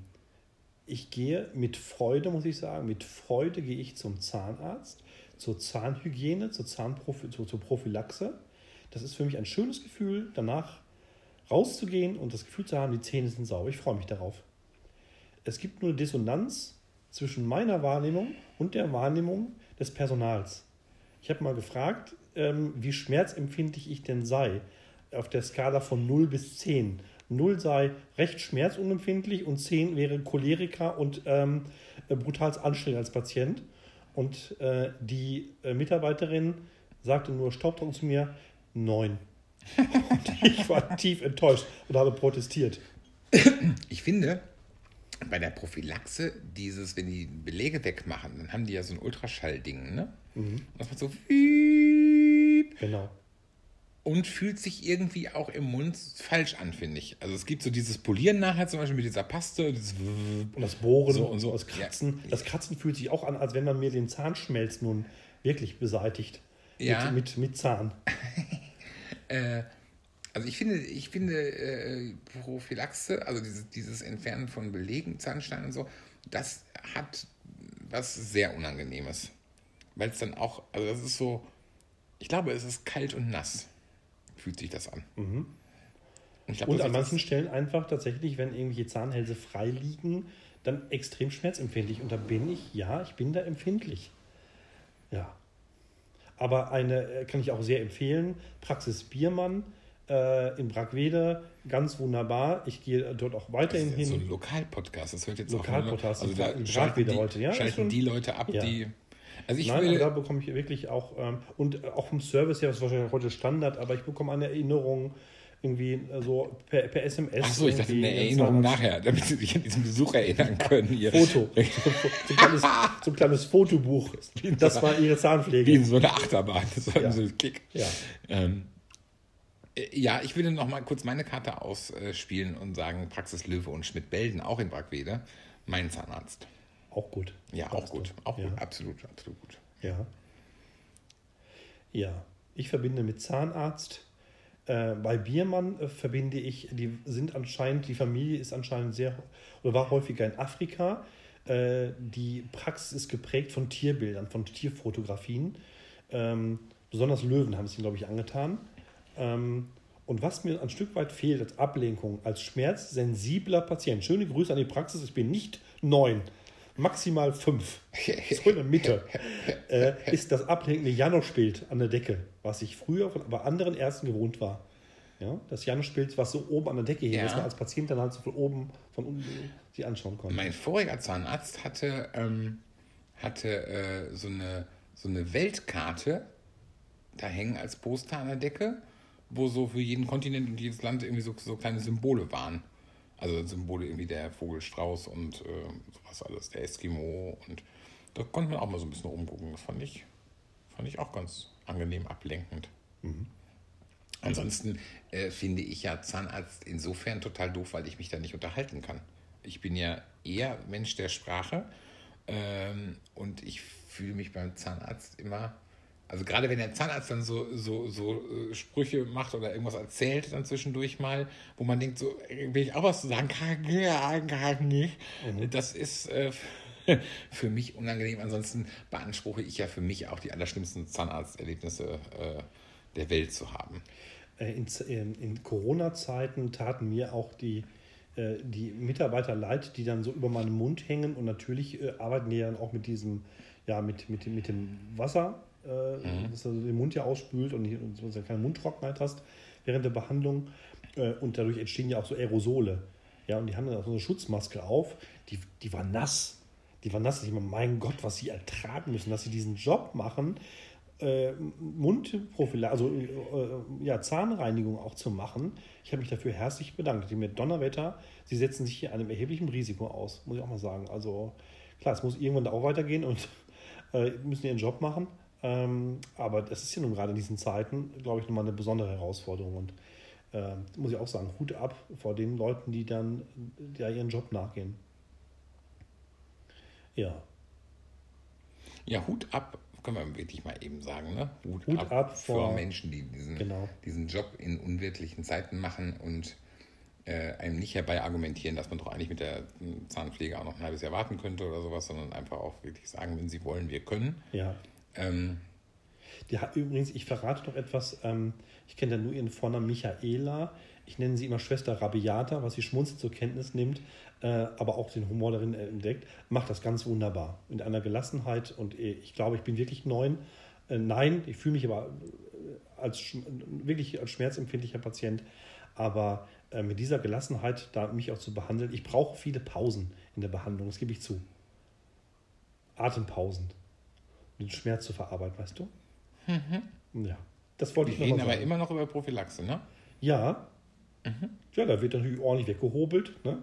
ich gehe mit Freude, muss ich sagen, mit Freude gehe ich zum Zahnarzt, zur Zahnhygiene, zur Prophylaxe. Das ist für mich ein schönes Gefühl, danach rauszugehen und das Gefühl zu haben, die Zähne sind sauber. Ich freue mich darauf. Es gibt nur eine Dissonanz zwischen meiner Wahrnehmung und der Wahrnehmung des Personals. Ich habe mal gefragt, wie schmerzempfindlich ich denn sei, auf der Skala von 0 bis 10. 0 sei recht schmerzunempfindlich und 10 wäre Choleriker und brutal anstrengend als Patient. Und die Mitarbeiterin sagte nur staubtrocken zu mir, 9. Und ich war tief enttäuscht und habe protestiert. Ich finde, bei der Prophylaxe, wenn die Belege wegmachen, dann haben die ja so ein Ultraschallding, ne? Und das macht so Genau. und fühlt sich irgendwie auch im Mund falsch an, finde ich. Also es gibt so dieses Polieren nachher zum Beispiel mit dieser Paste. Und das Bohren so und so. Das Kratzen. Ja. Das Kratzen fühlt sich auch an, als wenn man mir den Zahnschmelz nun wirklich beseitigt. Ja. Mit Zahn. Also ich finde Prophylaxe, also dieses Entfernen von Belegen, Zahnsteinen und so, das hat was sehr Unangenehmes. Weil es dann auch, also das ist so, ich glaube, es ist kalt und nass, fühlt sich das an. Und an manchen Stellen einfach tatsächlich, wenn irgendwelche Zahnhälse frei liegen, dann extrem schmerzempfindlich. Und da bin ich da empfindlich. Ja. Aber eine kann ich auch sehr empfehlen, Praxis Biermann in Brackwede, ganz wunderbar. Ich gehe dort auch weiterhin hin. So ein Lokalpodcast, das hört jetzt Lokalpodcast auch in Brackwede heute. Ja, schalten die Leute ab, ja. die... Also aber da bekomme ich wirklich auch, und auch vom Service her, das ist wahrscheinlich heute Standard, aber ich bekomme eine Erinnerung irgendwie so per SMS. Achso, ich dachte eine Erinnerung nachher, damit Sie sich an diesen Besuch erinnern können. Hier. Foto. So ein kleines Fotobuch. Das war Ihre Zahnpflege. Wie in so eine Achterbahn. Das war so ein Kick. Ja. Ja, ich würde noch mal kurz meine Karte ausspielen und sagen, Praxis Löwe und Schmidt-Belden, auch in Brackwede, mein Zahnarzt. Auch gut. Ja, auch gut. Auch Ja. gut, absolut, absolut gut. Ja. Ja. Ich verbinde mit Zahnarzt. Bei Biermann verbinde ich, die Familie ist anscheinend oder war häufiger in Afrika. Die Praxis ist geprägt von Tierbildern, von Tierfotografien. Besonders Löwen haben es ihnen, glaube ich, angetan. Und was mir ein Stück weit fehlt als Ablenkung, als schmerzsensibler Patient, schöne Grüße an die Praxis, ich bin nicht 9, maximal 5, so in der Mitte, ist das ablenkende Janoschbild an der Decke, was ich früher bei anderen Ärzten gewohnt war. Ja, das Janoschbild, was so oben an der Decke hing, dass man als Patient dann halt so von unten sich anschauen konnte. Mein voriger Zahnarzt hatte so eine Weltkarte da hängen als Poster an der Decke, wo so für jeden Kontinent und jedes Land irgendwie so kleine Symbole waren. Also Symbole irgendwie der Vogelstrauß und sowas alles, der Eskimo. Und da konnte man auch mal so ein bisschen rumgucken. Das fand ich auch ganz angenehm ablenkend. Mhm. Ansonsten finde ich ja Zahnarzt insofern total doof, weil ich mich da nicht unterhalten kann. Ich bin ja eher Mensch der Sprache und ich fühle mich beim Zahnarzt immer, also gerade wenn der Zahnarzt dann so Sprüche macht oder irgendwas erzählt dann zwischendurch mal, wo man denkt, so will ich auch was zu sagen, kann nicht. Das ist für mich unangenehm. Ansonsten beanspruche ich ja für mich auch die allerschlimmsten Zahnarzterlebnisse der Welt zu haben. In Corona-Zeiten taten mir auch die Mitarbeiter leid, die dann so über meinen Mund hängen, und natürlich arbeiten die dann auch mit diesem, mit dem Wasser, das also den Mund ja ausspült und so keine Mundtrockenheit hast während der Behandlung, und dadurch entstehen ja auch so Aerosole. Ja, und die haben dann auch so eine Schutzmaske auf, die war nass. Die war nass. Ich meine, mein Gott, was sie ertragen müssen, dass sie diesen Job machen, Mundprophylaxe, Zahnreinigung auch zu machen. Ich habe mich dafür herzlich bedankt. Mit Donnerwetter, sie setzen sich hier einem erheblichen Risiko aus, muss ich auch mal sagen. Also klar, es muss irgendwann da auch weitergehen und müssen ihren Job machen. Aber das ist ja nun gerade in diesen Zeiten, glaube ich, nochmal eine besondere Herausforderung. Und muss ich auch sagen, Hut ab vor den Leuten, die dann ihren Job nachgehen. Ja. Ja, Hut ab, können wir wirklich mal eben sagen, ne? Hut ab vor Menschen, die diesen Job in unwirtlichen Zeiten machen und einem nicht herbei argumentieren, dass man doch eigentlich mit der Zahnpflege auch noch ein halbes Jahr warten könnte oder sowas, sondern einfach auch wirklich sagen, wenn sie wollen, wir können. Ja. Übrigens, ich verrate noch etwas, ich kenne da nur ihren Vornamen Michaela, ich nenne sie immer Schwester Rabiata, was sie schmunzelnd zur Kenntnis nimmt, aber auch den Humor darin entdeckt, macht das ganz wunderbar, mit einer Gelassenheit, und ich glaube, ich bin wirklich 9. Nein, ich fühle mich aber wirklich als schmerzempfindlicher Patient, aber mit dieser Gelassenheit, da mich auch zu behandeln, ich brauche viele Pausen in der Behandlung, das gebe ich zu. Atempausen, den Schmerz zu verarbeiten, weißt du? Mhm. Ja, das wollte ich noch mal sagen. Wir reden aber immer noch über Prophylaxe, ne? Ja. Ja, da wird natürlich ordentlich weggehobelt. Ne?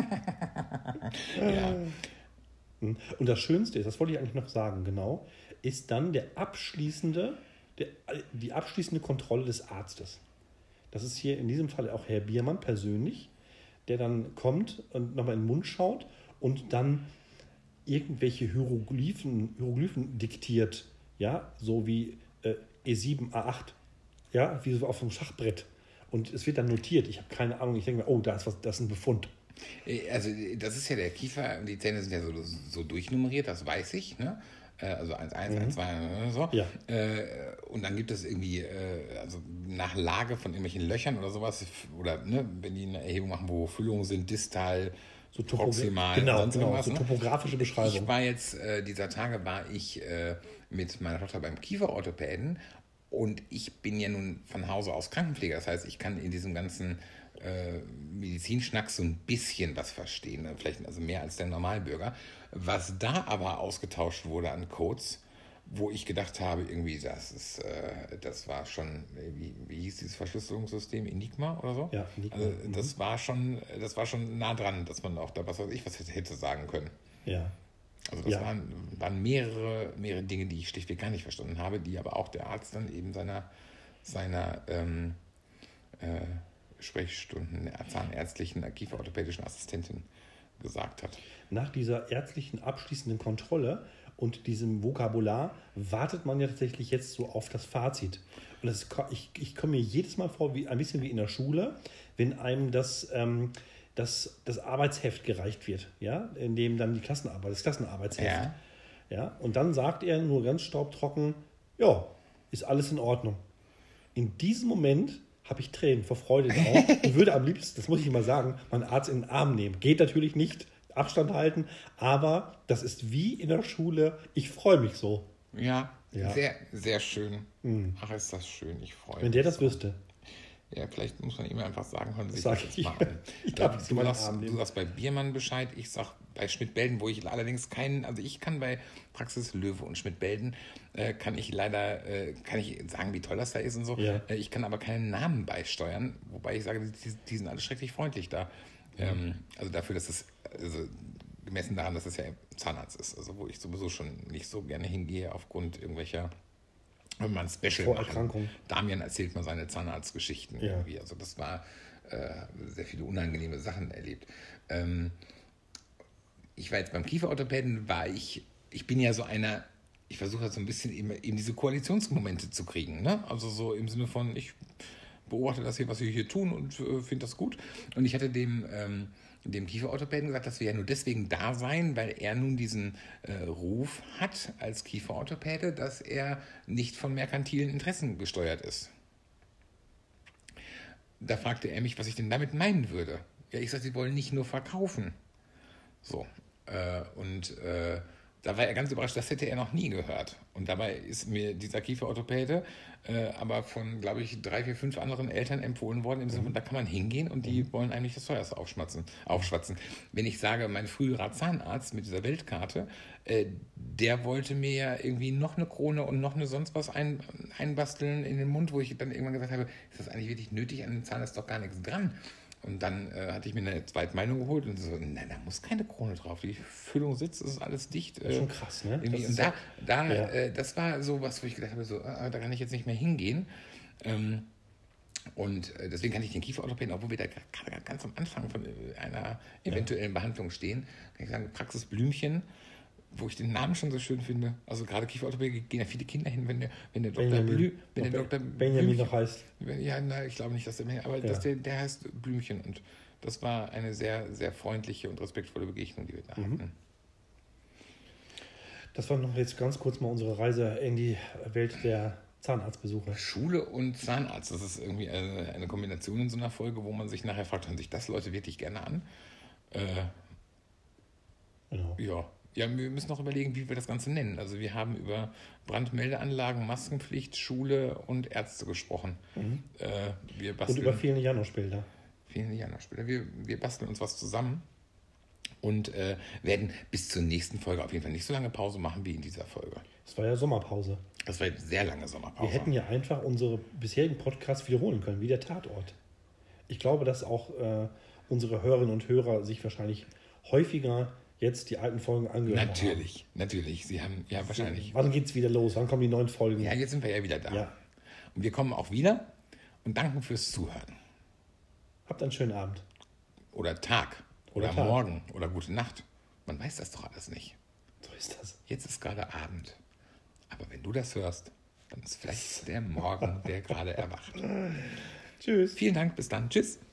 Ja. Und das Schönste ist, das wollte ich eigentlich noch sagen, genau, ist dann die abschließende Kontrolle des Arztes. Das ist hier in diesem Fall auch Herr Biermann persönlich, der dann kommt und nochmal in den Mund schaut und dann irgendwelche Hieroglyphen diktiert, ja, so wie E7, A8, ja, wie so auf einem Schachbrett. Und es wird dann notiert. Ich habe keine Ahnung. Ich denke mir, oh, das ist ein Befund. Also das ist ja der Kiefer, die Zähne sind ja so durchnummeriert, das weiß ich, ne? Also 1, 1, 2 oder so. Ja. Und dann gibt es irgendwie, also nach Lage von irgendwelchen Löchern oder sowas, oder ne, wenn die eine Erhebung machen, wo Füllungen sind, distal, so proximal. Genau, so topografische Beschreibung. Ich war jetzt, dieser Tage war ich mit meiner Tochter beim Kieferorthopäden. Und ich bin ja nun von Hause aus Krankenpfleger. Das heißt, ich kann in diesem ganzen Medizinschnack so ein bisschen was verstehen. Vielleicht also mehr als der Normalbürger. Was da aber ausgetauscht wurde an Codes, wo ich gedacht habe, irgendwie, das war schon, wie hieß dieses Verschlüsselungssystem? Enigma oder so? Ja, Enigma. Also das war schon nah dran, dass man auch da was hätte sagen können. Ja. Also das waren mehrere Dinge, die ich schlichtweg gar nicht verstanden habe, die aber auch der Arzt dann eben seiner Sprechstunden der zahnärztlichen, kieferorthopädischen Assistentin gesagt hat. Nach dieser ärztlichen abschließenden Kontrolle und diesem Vokabular wartet man ja tatsächlich jetzt so auf das Fazit. Und ich komme mir jedes Mal vor, ein bisschen wie in der Schule, wenn einem das Arbeitsheft gereicht wird, ja, in dem dann das Klassenarbeitsheft. Ja, und dann sagt er nur ganz staubtrocken, ja, ist alles in Ordnung. In diesem Moment habe ich Tränen vor Freude auch und würde am liebsten, das muss ich mal sagen, meinen Arzt in den Arm nehmen. Geht natürlich nicht, Abstand halten, aber das ist wie in der Schule, ich freue mich so. Ja, sehr, sehr schön. Ach, ist das schön, ich freue mich. Wenn der das wüsste. Ja, vielleicht muss man ihm einfach sagen, hören Sie sich das jetzt mal an. Du sagst bei Biermann Bescheid, ich sag bei Schmidt-Belden, wo ich allerdings ich kann bei Praxis Löwe und Schmidt-Belden, kann ich sagen, wie toll das da ist und so. Ja. Ich kann aber keinen Namen beisteuern, wobei ich sage, die sind alle schrecklich freundlich da. Also dafür, dass es, gemessen daran, dass es ja Zahnarzt ist, also wo ich sowieso schon nicht so gerne hingehe aufgrund irgendwelcher, wenn man Special Vorerkrankung. Damian erzählt mal seine Zahnarztgeschichten irgendwie. Also das war sehr viele unangenehme Sachen erlebt. Ich war jetzt beim Kieferorthopäden, ich bin ja so einer, ich versuche halt so ein bisschen eben diese Koalitionsmomente zu kriegen. Ne? Also so im Sinne von, ich beobachte das hier, was wir hier tun und finde das gut. Und ich hatte dem Kieferorthopäden gesagt, dass wir ja nur deswegen da seien, weil er nun diesen Ruf hat als Kieferorthopäde, dass er nicht von merkantilen Interessen gesteuert ist. Da fragte er mich, was ich denn damit meinen würde. Ja, ich sagte, sie wollen nicht nur verkaufen. So. Da war er ganz überrascht, das hätte er noch nie gehört. Und dabei ist mir dieser Kieferorthopäde aber von, glaube ich, 3, 4, 5 anderen Eltern empfohlen worden. Im Sinne von, da kann man hingehen und die wollen eigentlich das teuerste aufschwatzen. Wenn ich sage, mein früherer Zahnarzt mit dieser Weltkarte, der wollte mir ja irgendwie noch eine Krone und noch eine sonst was einbasteln in den Mund, wo ich dann irgendwann gesagt habe, ist das eigentlich wirklich nötig? An dem Zahn ist doch gar nichts dran. Und dann hatte ich mir eine Zweitmeinung geholt und so, nein, da muss keine Krone drauf. Die Füllung sitzt, ist alles dicht. Das ist schon krass, ne? Das war so was, wo ich gedacht habe, so, da kann ich jetzt nicht mehr hingehen. Deswegen kann ich den Kieferorthopäden, obwohl wir da gerade ganz am Anfang von einer eventuellen Behandlung stehen, kann ich sagen, Praxis Blümchen, wo ich den Namen schon so schön finde. Also gerade Kieferorthopäden gehen ja viele Kinder hin, wenn der Dr. Benjamin noch heißt. Ja, ich glaube nicht, dass der heißt Blümchen. Und das war eine sehr, sehr freundliche und respektvolle Begegnung, die wir da hatten. Das war noch jetzt ganz kurz mal unsere Reise in die Welt der Zahnarztbesuche. Schule und Zahnarzt, das ist irgendwie eine Kombination in so einer Folge, wo man sich nachher fragt, hören sich das Leute wirklich gerne an? Genau. Ja, wir müssen noch überlegen, wie wir das Ganze nennen. Also wir haben über Brandmeldeanlagen, Maskenpflicht, Schule und Ärzte gesprochen. Und über viele Janosch-Bilder. Wir basteln uns was zusammen und werden bis zur nächsten Folge auf jeden Fall nicht so lange Pause machen wie in dieser Folge. Es war ja Sommerpause. Das war eine sehr lange Sommerpause. Wir hätten ja einfach unsere bisherigen Podcasts wiederholen können, wie der Tatort. Ich glaube, dass auch unsere Hörerinnen und Hörer sich wahrscheinlich häufiger jetzt die alten Folgen angehört haben. Natürlich. Sie haben, ja, wahrscheinlich. Wann geht's wieder los? Wann kommen die neuen Folgen? Ja, jetzt sind wir ja wieder da. Ja. Und wir kommen auch wieder und danken fürs Zuhören. Habt einen schönen Abend. Oder Tag. Oder Morgen. Oder gute Nacht. Man weiß das doch alles nicht. So ist das. Jetzt ist gerade Abend. Aber wenn du das hörst, dann ist vielleicht der Morgen, der gerade erwacht. Tschüss. Vielen Dank. Bis dann. Tschüss.